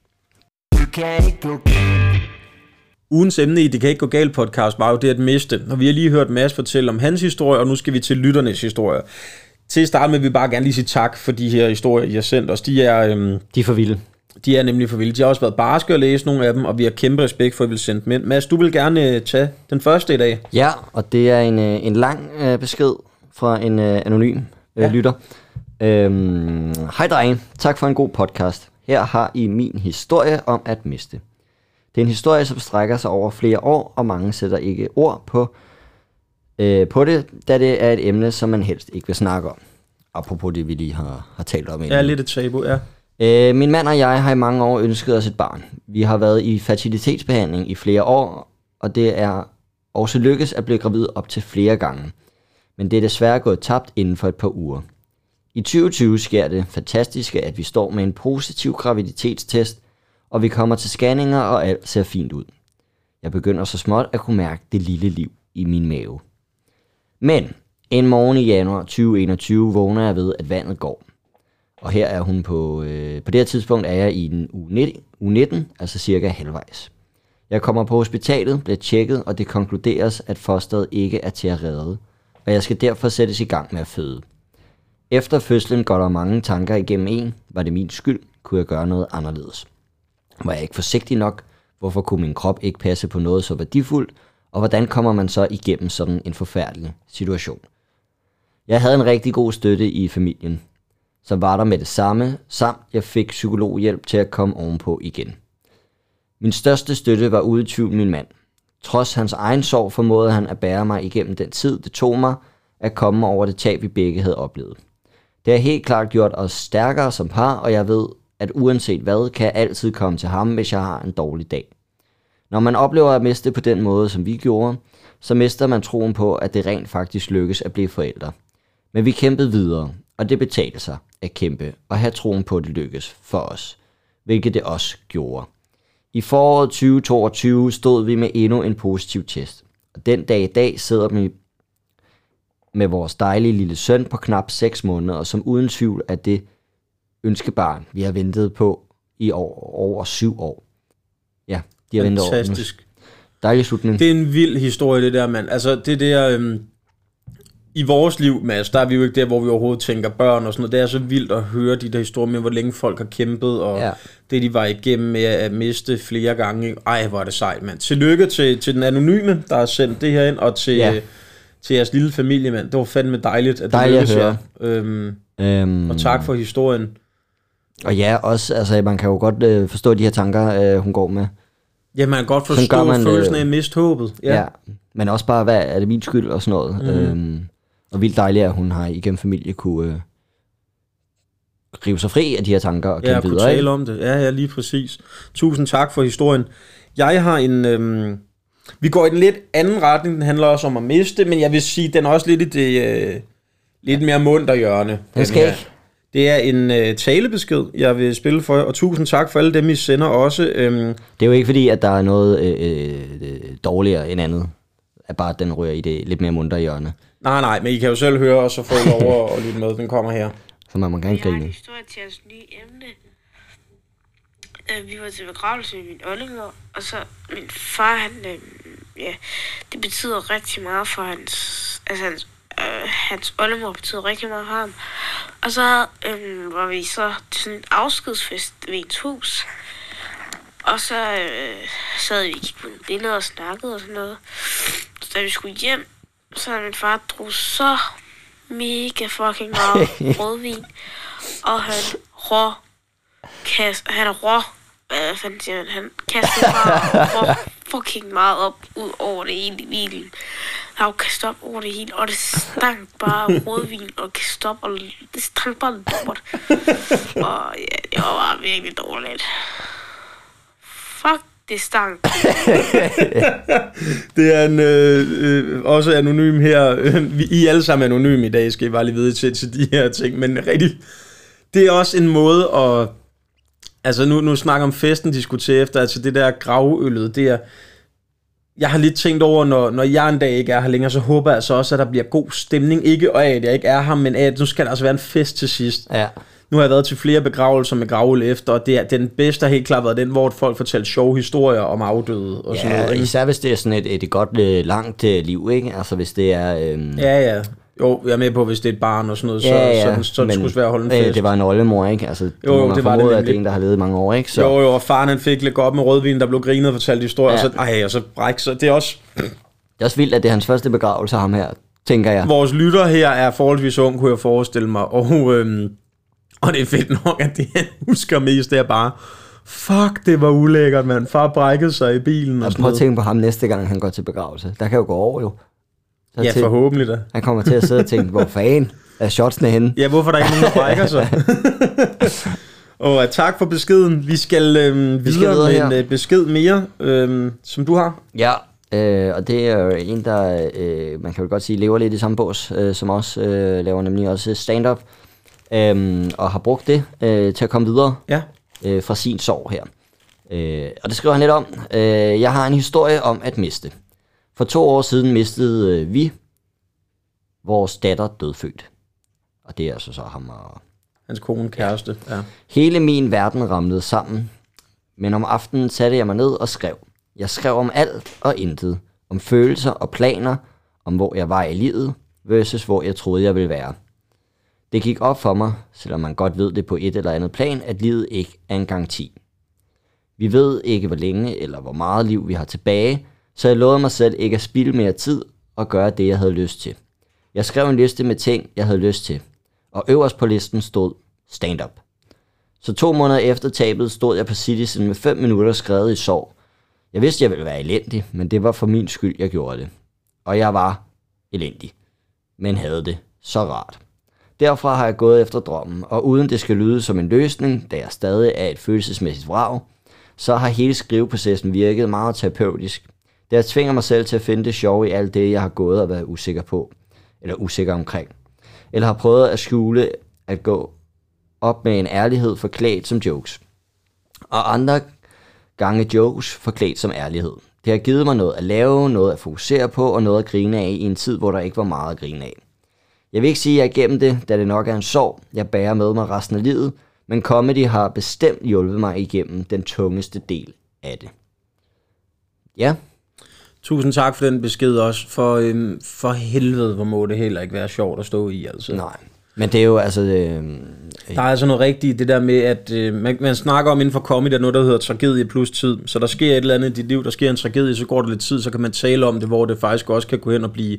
Ugens emne i Det Kan Ikke Gå Galt podcast var jo det at miste. Og vi har lige hørt Mads fortælle om hans historie, og nu skal vi til lytternes historie. Til at starte med vil vi bare gerne lige sige tak for de her historier, I har sendt os. De er for vilde. De er nemlig for vilde. De har også været barske at læse nogle af dem, og vi har kæmpe respekt for, at I vil sende dem ind. Mads, du vil gerne tage den første i dag. Ja, og det er en lang besked fra en anonym lytter. Hej drenge, tak for en god podcast. Her har I min historie om at miste. Det er en historie, som strækker sig over flere år, og mange sætter ikke ord på det, da det er et emne, som man helst ikke vil snakke om. Apropos det, vi lige har talt om. Ja, lidt et tabu, ja. Min mand og jeg har i mange år ønsket os et barn. Vi har været i fertilitetsbehandling i flere år, og det er også lykkes at blive gravid op til flere gange. Men det er desværre gået tabt inden for et par uger. I 2020 sker det fantastiske, at vi står med en positiv graviditetstest, og vi kommer til scanninger, og alt ser fint ud. Jeg begynder så småt at kunne mærke det lille liv i min mave. Men en morgen i januar 2021 vågner jeg ved, at vandet går. Og her er hun på det her tidspunkt er jeg i den uge 19, altså cirka halvvejs. Jeg kommer på hospitalet, bliver tjekket, og det konkluderes, at fosteret ikke er til at redde, og jeg skal derfor sættes i gang med at føde. Efter fødslen går der mange tanker igennem en. Var det min skyld? Kunne jeg gøre noget anderledes? Var jeg ikke forsigtig nok? Hvorfor kunne min krop ikke passe på noget så værdifuldt? Og hvordan kommer man så igennem sådan en forfærdelig situation? Jeg havde en rigtig god støtte i familien, som var der med det samme, samt jeg fik psykologhjælp til at komme ovenpå igen. Min største støtte var uden tvivl min mand. Trods hans egen sorg formåede han at bære mig igennem den tid, det tog mig at komme over det tab, vi begge havde oplevet. Det har helt klart gjort os stærkere som par, og jeg ved, at uanset hvad, kan jeg altid komme til ham, hvis jeg har en dårlig dag. Når man oplever at miste på den måde, som vi gjorde, så mister man troen på, at det rent faktisk lykkes at blive forældre. Men vi kæmpede videre, og det betalte sig at kæmpe og have troen på, at det lykkes for os, hvilket det også gjorde. I foråret 2022 stod vi med endnu en positiv test, og den dag i dag sidder vi med vores dejlige lille søn på knap 6 måneder, som uden tvivl er det ønskebarn, vi har ventet på i over 7 år. Ja, de har ventet over. Fantastisk. Dejlig slutning. Det er en vild historie, det der, mand. Altså, det der... I vores liv, Mads, der er vi jo ikke der, hvor vi overhovedet tænker børn og sådan noget. Det er så vildt at høre de der historier med, hvor længe folk har kæmpet, og det, de var igennem med at miste flere gange. Ej, hvor er det sejt, mand. Tillykke til den anonyme, der har sendt det her ind, og til jeres lille familie, mand. Det var fandme dejligt, at det lykkedes jer. Og tak for historien. Og ja, også, altså, man kan jo godt forstå de her tanker, hun går med. Ja, man kan godt forstå følelsen af at miste håbet. Ja, men også bare, hvad er det min skyld og sådan noget. Og vildt dejligt, at hun har igennem familie kunne rive sig fri af de her tanker og kæmpe videre. Ja, kunne tale om det. Ja, lige præcis. Tusind tak for historien. Jeg har en... vi går i den lidt anden retning. Den handler også om at miste, men jeg vil sige, den er også lidt i det lidt mere munter hjørne. Det skal ikke. Det er en talebesked, jeg vil spille for jer, og tusind tak for alle dem, I sender også. Det er jo ikke fordi, at der er noget dårligere end andet. At bare den rører i det lidt mere munter hjørne. Nej, men I kan jo selv høre, og så få lov at lytte med. Den kommer her. Så man kan ikke grine. Jeg har en historie til jeres nye emne. Vi var til begravelse med min oldemor, og så min far, det betyder rigtig meget for hans oldemor betyder rigtig meget for ham. Og så var vi så til sådan en afskedsfest ved ens hus. Og så sad vi og kiggede på billeder og snakkede og sådan noget. Så da vi skulle hjem, så havde min far drog så mega fucking meget rødvin. Og han hvad fanden siger han kastede bare fucking meget op ud over det hele i bilen. Han har jo kastet op over det hele, og det stank bare rødvin og kastet op, og det stank bare lort. Og ja, det var bare virkelig dårligt. Fuck, det stank. Det er en også anonym her. I er alle sammen anonym i dag, skal I bare lige vide til de her ting. Men rigtig, det er også en måde at... Altså nu snakker om festen, de skulle til efter. Altså det der gravøllet, det er... Jeg har lidt tænkt over, når jeg en dag ikke er her længere, så håber jeg så også, at der bliver god stemning. Ikke af, at jeg ikke er her, men af, at nu skal der altså være en fest til sidst. Ja. Nu har jeg været til flere begravelser med gravøl efter, og det er, den bedste har helt klart været den, hvor folk fortæller sjove historier om afdøde og sådan noget. Især hvis det er sådan et godt langt liv, ikke? Altså hvis det er... Ja. Jo, jeg er med på, hvis det er et barn og sådan noget, så det skulle svært at holde en fest. Det var en oldemor, ikke? Altså, det var det, at det er en, der har levet i mange år, ikke? Så. Jo, og faren han fik lidt godt med rødvin, der blev grinet og fortalt historier, og så bræk, så det er også... Det er også vildt, at det er hans første begravelse, ham her, tænker jeg. Vores lytter her er forholdsvis ung, kunne jeg forestille mig, og det er fedt nok, at det han husker mest, det er bare... Fuck, det var ulækkert, mand. Far brækkede sig i bilen og sådan noget. Prøv at tænke på ham næste gang, han går til begravelse. Der kan jo gå over, jo. Ja, forhåbentlig da. Han kommer til at sidde og tænke, hvor fanden er shotsene henne? Ja, hvorfor der ikke nogen, der brækker sig? Og tak for beskeden. Vi skal videre med en besked mere, som du har. Ja, og det er jo en, der, man kan jo godt sige, lever lidt i samme bås, som os, laver nemlig også stand-up, og har brugt det til at komme videre fra sin sorg her. Og det skriver han lidt om. Jeg har en historie om at miste. For 2 år siden mistede vi vores datter dødfødt. Og det er altså så ham og... Hans kone, kæreste, ja. Hele min verden ramlede sammen. Men om aftenen satte jeg mig ned og skrev. Jeg skrev om alt og intet. Om følelser og planer. Om hvor jeg var i livet. Versus hvor jeg troede jeg ville være. Det gik op for mig, selvom man godt ved det på et eller andet plan, at livet ikke er en garanti. Vi ved ikke hvor længe eller hvor meget liv vi har tilbage, så jeg lovede mig selv ikke at spilde mere tid og gøre det, jeg havde lyst til. Jeg skrev en liste med ting, jeg havde lyst til, og øverst på listen stod stand-up. Så 2 måneder efter tabet stod jeg på Citizen med 5 minutter skrevet i sorg. Jeg vidste, jeg ville være elendig, men det var for min skyld, jeg gjorde det. Og jeg var elendig, men havde det så rart. Derfra har jeg gået efter drømmen, og uden det skal lyde som en løsning, da jeg stadig er et følelsesmæssigt vrag, så har hele skriveprocessen virket meget terapeutisk. Det jeg tvinger mig selv til at finde det sjove i alt det, jeg har gået og været usikker på, eller usikker omkring. Eller har prøvet at skjule at gå op med en ærlighed forklædt som jokes. Og andre gange jokes forklædt som ærlighed. Det har givet mig noget at lave, noget at fokusere på og noget at grine af i en tid, hvor der ikke var meget at grine af. Jeg vil ikke sige, at jeg er igennem det, da det nok er en sorg, jeg bærer med mig resten af livet, men comedy har bestemt hjulpet mig igennem den tungeste del af det. Ja. Tusind tak for den besked også. For helvede, hvor må det heller ikke være sjovt at stå i, altså. Nej, men det er jo altså... Der er altså noget rigtigt det der med, at man snakker om inden for comedy, der er noget, der hedder tragedie plus tid. Så der sker et eller andet i dit liv, der sker en tragedie, så går der lidt tid, så kan man tale om det, hvor det faktisk også kan gå hen og blive...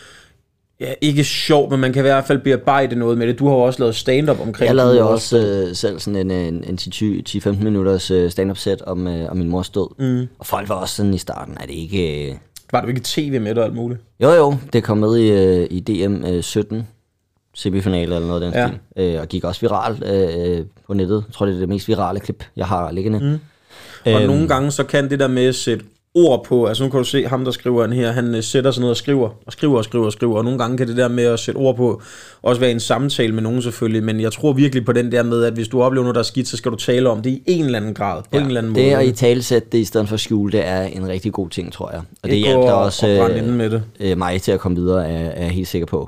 Ja, ikke sjovt, men man kan i hvert fald bearbejde noget med det. Du har jo også lavet stand-up omkring... Jeg lavede jo også selv sådan en 10-15 minutters stand-up set om min mors død. Og folk var også sådan i starten, er det ikke... Var du ikke tv med det og alt muligt? Jo, det kom med i DM 17 semifinale eller noget af den stil. Og gik også viralt på nettet. Jeg tror, det er det mest virale klip, jeg har liggende. Og nogle gange så kan det der med at sætte ord på, altså nu kan du se ham, der skriver den her, han sætter sig ned og skriver, og nogle gange kan det der med at sætte ord på også være en samtale med nogen selvfølgelig, men jeg tror virkelig på den der med, at hvis du oplever noget, der er skidt, så skal du tale om det i en eller anden grad, på en eller anden måde. Det at i talesætte det i stedet for skjule, det er en rigtig god ting, tror jeg. Og det hjælper også mig til at komme videre, er jeg helt sikker på.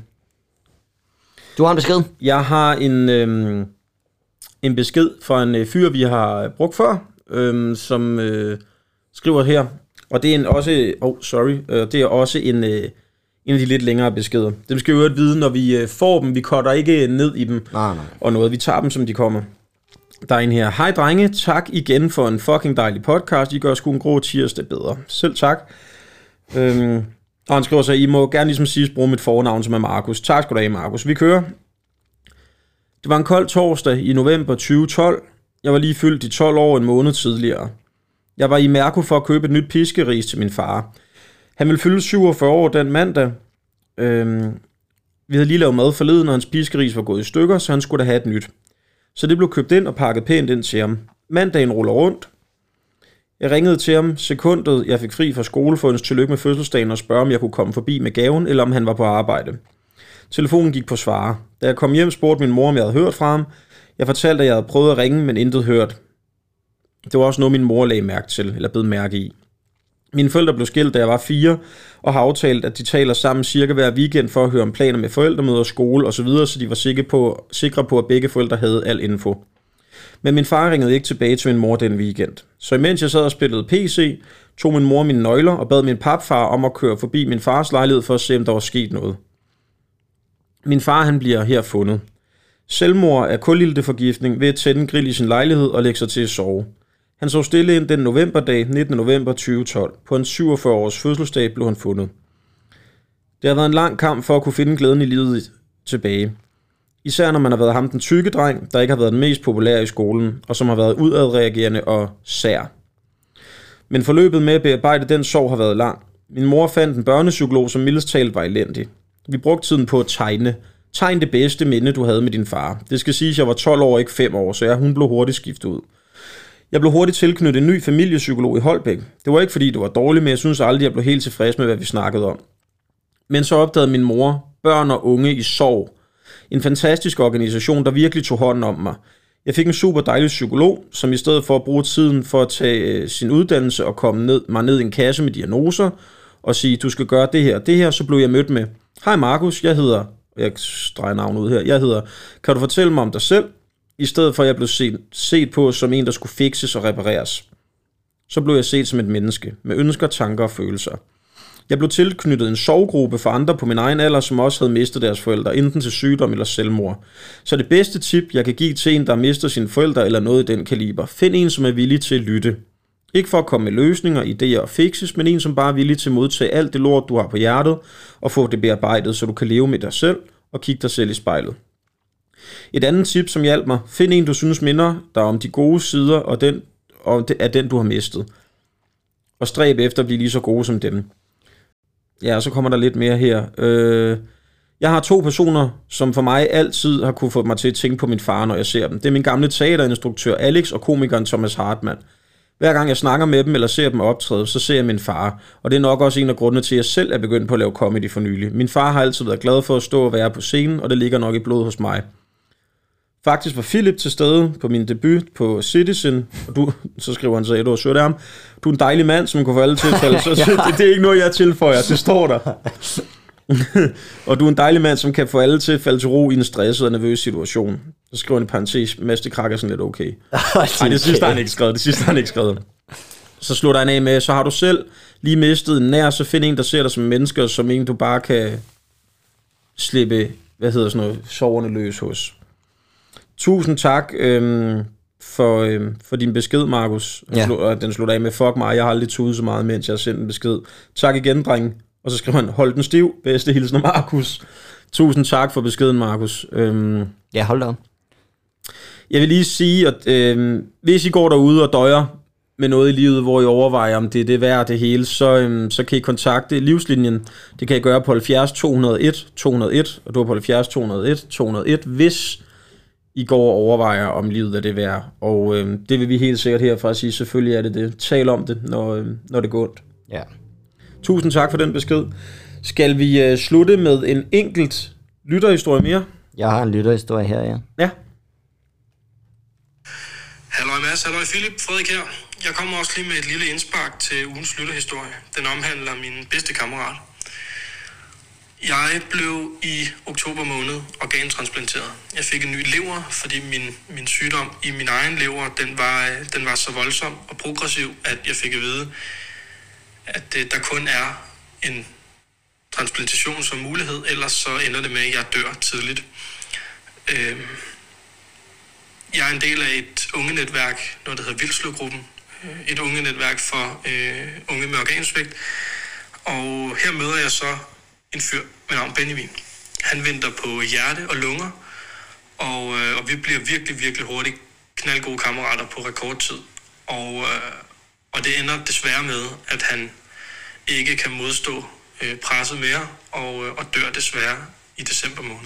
Du har en besked? Jeg har en besked fra en fyr, vi har brugt før, som... skriver her, og det er det er også en af de lidt længere beskeder. Dem skal vi jo vide, når vi får dem. Vi cutter ikke ned i dem, og noget. Vi tager dem, som de kommer. Der er en her. Hej drenge, tak igen for en fucking dejlig podcast. I gør sgu en grå tirsdag bedre. Selv tak. Og han skriver så, I må gerne ligesom sidst bruge mit fornavn, som er Markus. Tak skal du have, Markus. Vi kører. Det var en kold torsdag i november 2012. Jeg var lige fyldt de 12 år en måned tidligere. Jeg var i Mærko for at købe et nyt piskeris til min far. Han ville fylde 47 år den mandag. Vi havde lige lavet mad forleden, og hans piskeris var gået i stykker, så han skulle da have et nyt. Så det blev købt ind og pakket pænt ind til ham. Mandagen ruller rundt. Jeg ringede til ham sekundet, jeg fik fri fra skole for hans tillykke med fødselsdagen og spørge, om jeg kunne komme forbi med gaven, eller om han var på arbejde. Telefonen gik på svare. Da jeg kom hjem, spurgte min mor, om jeg havde hørt fra ham. Jeg fortalte, at jeg havde prøvet at ringe, men intet hørt. Det var også noget, min mor lagde mærke til, eller bed mærke i. Mine forældre blev skilt, da jeg var 4, og har aftalt, at de taler sammen cirka hver weekend for at høre om planer med forældremøder, skole osv., så de var sikre på, at begge forældre havde al info. Men min far ringede ikke tilbage til min mor den weekend. Så imens jeg sad og spillede PC, tog min mor mine nøgler og bad min papfar om at køre forbi min fars lejlighed for at se, om der var sket noget. Min far, han bliver her fundet. Selvmord er kulilteforgiftning ved at tænde en grill i sin lejlighed og lægge sig til at sove. Han så stille ind den novemberdag, 19. november 2012. På en 47-års fødselsdag blev han fundet. Det har været en lang kamp for at kunne finde glæden i livet tilbage. Især når man har været ham den tykke dreng, der ikke har været den mest populære i skolen, og som har været udadreagerende og sær. Men forløbet med at bearbejde den sorg har været lang. Min mor fandt en børnepsykolog, som mildest talt var elendig. Vi brugte tiden på at tegne. Tegn det bedste minde, du havde med din far. Det skal siges, at jeg var 12 år, ikke 5 år, så hun blev hurtigt skiftet ud. Jeg blev hurtigt tilknyttet en ny familiepsykolog i Holbæk. Det var ikke fordi, det var dårligt, men jeg synes aldrig, jeg blev helt tilfreds med, hvad vi snakkede om. Men så opdagede min mor Børn og Unge i Sorg. En fantastisk organisation, der virkelig tog hånden om mig. Jeg fik en super dejlig psykolog, som i stedet for at bruge tiden for at tage sin uddannelse og komme mig ned i en kasse med diagnoser og sige, du skal gøre det her, så blev jeg mødt med, hej Markus, jeg streger navnet ud her, jeg hedder, kan du fortælle mig om dig selv? I stedet for at jeg blev set på som en, der skulle fikses og repareres. Så blev jeg set som et menneske, med ønsker, tanker og følelser. Jeg blev tilknyttet en sorggruppe for andre på min egen alder, som også havde mistet deres forældre, enten til sygdom eller selvmord. Så det bedste tip, jeg kan give til en, der mister sine forældre eller noget i den kaliber, find en, som er villig til at lytte. Ikke for at komme med løsninger, idéer og fikses, men en, som bare er villig til at modtage alt det lort, du har på hjertet, og få det bearbejdet, så du kan leve med dig selv og kigge dig selv i spejlet. Et andet tip, som hjalp mig, find en, du synes minder dig om de gode sider af den, du har mistet. Og stræb efter at blive lige så gode som dem. Ja, og så kommer der lidt mere her. Jeg har 2 personer, som for mig altid har kunne få mig til at tænke på min far, når jeg ser dem. Det er min gamle teaterinstruktør Alex og komikeren Thomas Hartmann. Hver gang jeg snakker med dem eller ser dem optræde, så ser jeg min far. Og det er nok også en af grundene til, at jeg selv er begyndt på at lave comedy for nylig. Min far har altid været glad for at stå og være på scenen, og det ligger nok i blodet hos mig. Faktisk var Philip til stede på min debut på Citizen, og så skriver han så, at du er ham. Du er en dejlig mand, som kan få alle tilfælde. Så det er ikke noget, jeg tilføjer. Det står der. Og du er en dejlig mand, som kan få alle til at falde til ro i en stresset og nervøs situation. Så skriver han i parentes, Mads, det krakker sådan lidt okay. Nej, det sidste har han ikke skrevet. Så slutter han af med, så har du selv lige mistet en nær, så find en, der ser dig som mennesker, som en, du bare kan slippe, soverne løs hos. Tusind tak for din besked, Markus. Ja. Den slutter af med, fuck mig, jeg har aldrig tudet så meget, mens jeg har sendt en besked. Tak igen, dreng. Og så skriver han, hold den stiv, bedste hilsen af Markus. Tusind tak for beskeden, Markus. Ja, hold da op. Jeg vil lige sige, at hvis I går derude og døjer med noget i livet, hvor I overvejer, om det er værd det hele, så kan I kontakte Livslinjen. Det kan I gøre på 70 201 201, og du er på 70 201 201, hvis I går og overvejer, om livet er det værd. Og det vil vi helt sikkert herfra sige, selvfølgelig er det. Tal om det, når det går ondt. Ja. Tusind tak for den besked. Skal vi slutte med en enkelt lytterhistorie mere? Jeg har en lytterhistorie her, ja. Ja. Halløj Mads, halløj Philip, Frederik her. Jeg kommer også lige med et lille indspark til ugens lytterhistorie. Den omhandler min bedste kammerat. Jeg blev i oktober måned organtransplanteret. Jeg fik en ny lever, fordi min sygdom i min egen lever, den var så voldsom og progressiv, at jeg fik at vide, at der kun er en transplantation som mulighed, ellers så ender det med, at jeg dør tidligt. Jeg er en del af et ungenetværk, noget der hedder Vildsløgruppen. Et ungenetværk for unge med organsvigt. Og her møder jeg så en fyr med navn Benjamin. Han venter på hjerte og lunger, og vi bliver virkelig, virkelig hurtigt knaldgode kammerater på rekordtid. Og det ender desværre med, at han ikke kan modstå presset mere, og dør desværre i december måned.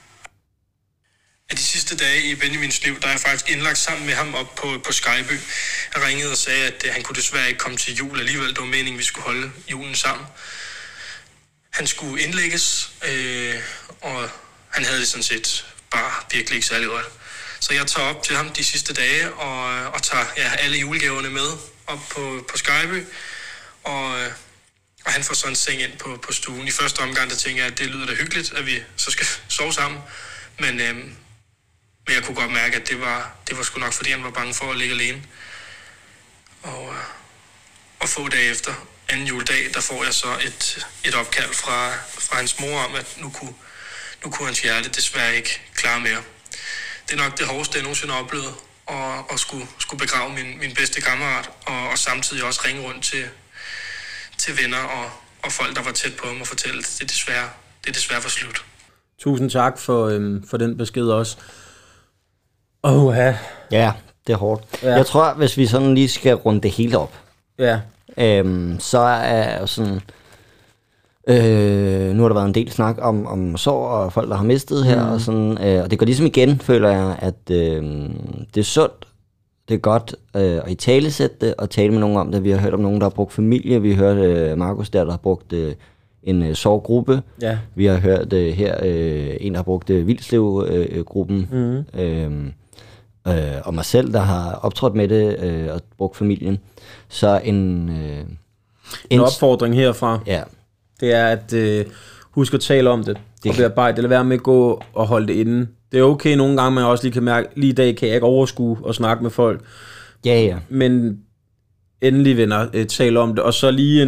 Af de sidste dage i Benjamins liv, der er jeg faktisk indlagt sammen med ham op på Skyby. Jeg ringede og sagde, at han kunne desværre ikke komme til jul alligevel. Det var meningen, vi skulle holde julen sammen. Han skulle indlægges, og han havde det sådan set bare virkelig ikke særlig godt. Så jeg tager op til ham de sidste dage og tager alle julegaverne med op på Skyby. Og han får sådan en seng ind på stuen. I første omgang, der tænker jeg, at det lyder da hyggeligt, at vi så skal sove sammen. Men jeg kunne godt mærke, at det var sgu nok, fordi han var bange for at ligge alene. Og få dage efter, anden juledag, der får jeg så et opkald fra hans mor om, at nu kunne hans hjerte desværre ikke klare mere. Det er nok det hårdeste, jeg nogensinde har oplevet, at skulle begrave min bedste kammerat, og samtidig også ringe rundt til venner og folk, der var tæt på ham, og fortælle, at det desværre var slut. Tusind tak for den besked også. Ja, det er hårdt. Ja. Jeg tror, hvis vi sådan lige skal runde det hele op, så er sådan... nu har der været en del snak om sorg og folk, der har mistet her, og sådan, og det går ligesom igen, føler jeg, at det er sundt, det er godt at italesætte det, og tale med nogen om det. Vi har hørt om nogen, der har brugt familie, vi har hørt Markus der har brugt en sorggruppe, vi har hørt her en, der har brugt Vildslev-gruppen, og mig selv, der har optrådt med det og brugt familien. Så en opfordring herfra. Ja. Det er at husk at tale om det og bearbejde det. Lad være med at gå og holde det inde. Det er okay nogle gange, man også lige kan mærke, lige i dag kan jeg ikke overskue og snakke med folk. Ja. Men endelig venner, tale om det. Og så lige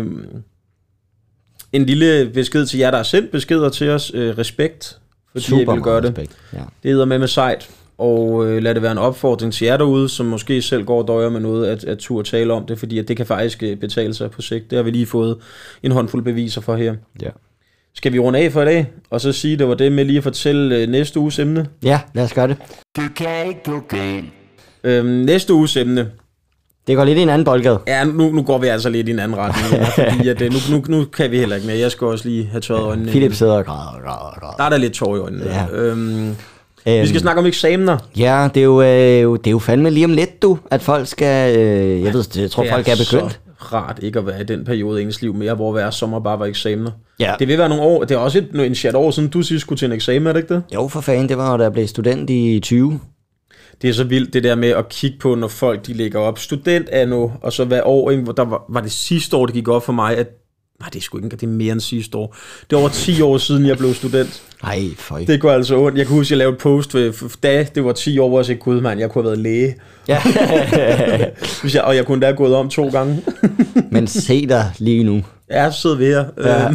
en lille besked til jer, der har sendt beskeder til os. Respekt, fordi jeg vil gøre det. Ja. Det hedder med sejt. Og lad det være en opfordring til jer derude, som måske selv går og døjer med noget, at turde tale om det, fordi at det kan faktisk betale sig på sigt. Det har vi lige fået en håndfuld beviser for her. Ja. Skal vi runde af for i dag, og så sige, det var det med lige at fortælle næste uges emne? Ja, lad os gøre det. Det kan ikke gå galt. Næste uges emne. Det går lidt i en anden boldgade. Ja, nu går vi altså lidt i en anden retning. Fordi at, nu kan vi heller ikke mere. Jeg skal også lige have tørret øjnene. Philip sidder og græder. Der er der lidt tår i øjnene. Ja. Vi skal snakke om eksamener. Ja, det er jo fandme lige om lidt, at folk skal... jeg tror, folk er begyndt. Så rart ikke at være i den periode i ens liv mere, hvor hver sommer bare var eksamener. Ja. Det vil være nogle år. Det er også en chat år siden, du sidst skulle til en eksamen, er det ikke det? Jo, for fanden, det var, da jeg blev student i 20. Det er så vildt, det der med at kigge på, når folk de lægger op. Student er nu, og så hver år, der var det sidste år, det gik op for mig, at nej, det er sgu ikke, det er mere end sidste år. Det er over 10 år siden, jeg blev student. Nej, for ikke. Det går altså ondt. Jeg kan huske, jeg lavede et post, da det var 10 år, hvor jeg sagde, gud mand, jeg kunne have været læge. Ja. Og jeg kunne da have gået om 2 gange. Men se dig lige nu. Ja, så sidder vi her. Ja.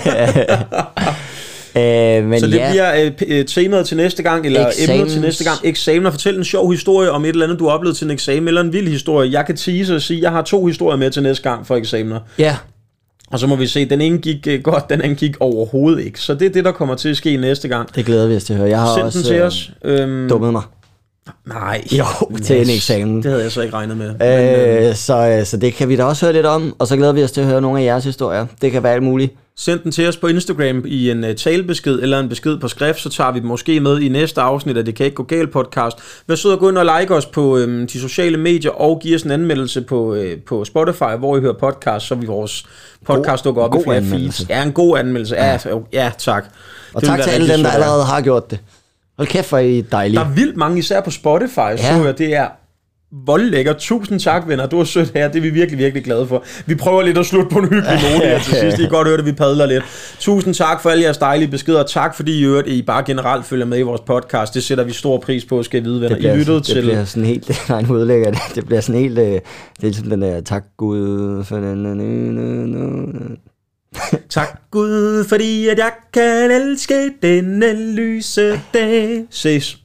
Men så det bliver temaet til næste gang, eller emnet til næste gang. Eksamener. Fortæl en sjov historie om et eller andet, du har oplevet til en eksamen, eller en vild historie. Jeg kan tease og sige, jeg har 2 historier med til næste gang for eksamener. Ja. Og så må vi se, den ene gik godt, den anden gik overhovedet ikke. Så det er det, der kommer til at ske næste gang. Det glæder vi os til at høre. Jeg har Send også den til os. dummet mig. Nej. Jo, til en eksamen. Det havde jeg så ikke regnet med. Så det kan vi da også høre lidt om, og så glæder vi os til at høre nogle af jeres historier. Det kan være alt muligt. Send den til os på Instagram i en talebesked eller en besked på skrift, så tager vi dem måske med i næste afsnit af Det Kan Ikke Gå Galt podcast. Vær sød og gå ind og like os på de sociale medier og give os en anmeldelse på Spotify, hvor I hører podcast, så vi vores podcast dukker op i flere feeds. Ja, en god anmeldelse. Ja, tak. Og tak til alle dem, der allerede har gjort det. Hold kæft, hvor I dejlige. Der er vildt mange, især på Spotify, så jeg, det er voldlækker. Tusind tak, venner. Du er sødt her. Det er vi virkelig, virkelig glade for. Vi prøver lidt at slutte på en hyggelig note her til sidst. I kan godt høre det, vi padler lidt. Tusind tak for alle jeres dejlige beskeder. Tak fordi I bare generelt følger med i vores podcast. Det sætter vi stor pris på, skal I vide, venner. I lyttede til... Det bliver sådan helt... Nej, nu udlægger det. Det bliver sådan helt... Det er ligesom den der... Tak Gud for den... Tak Gud, fordi at jeg kan elske denne lyse dag. Ses.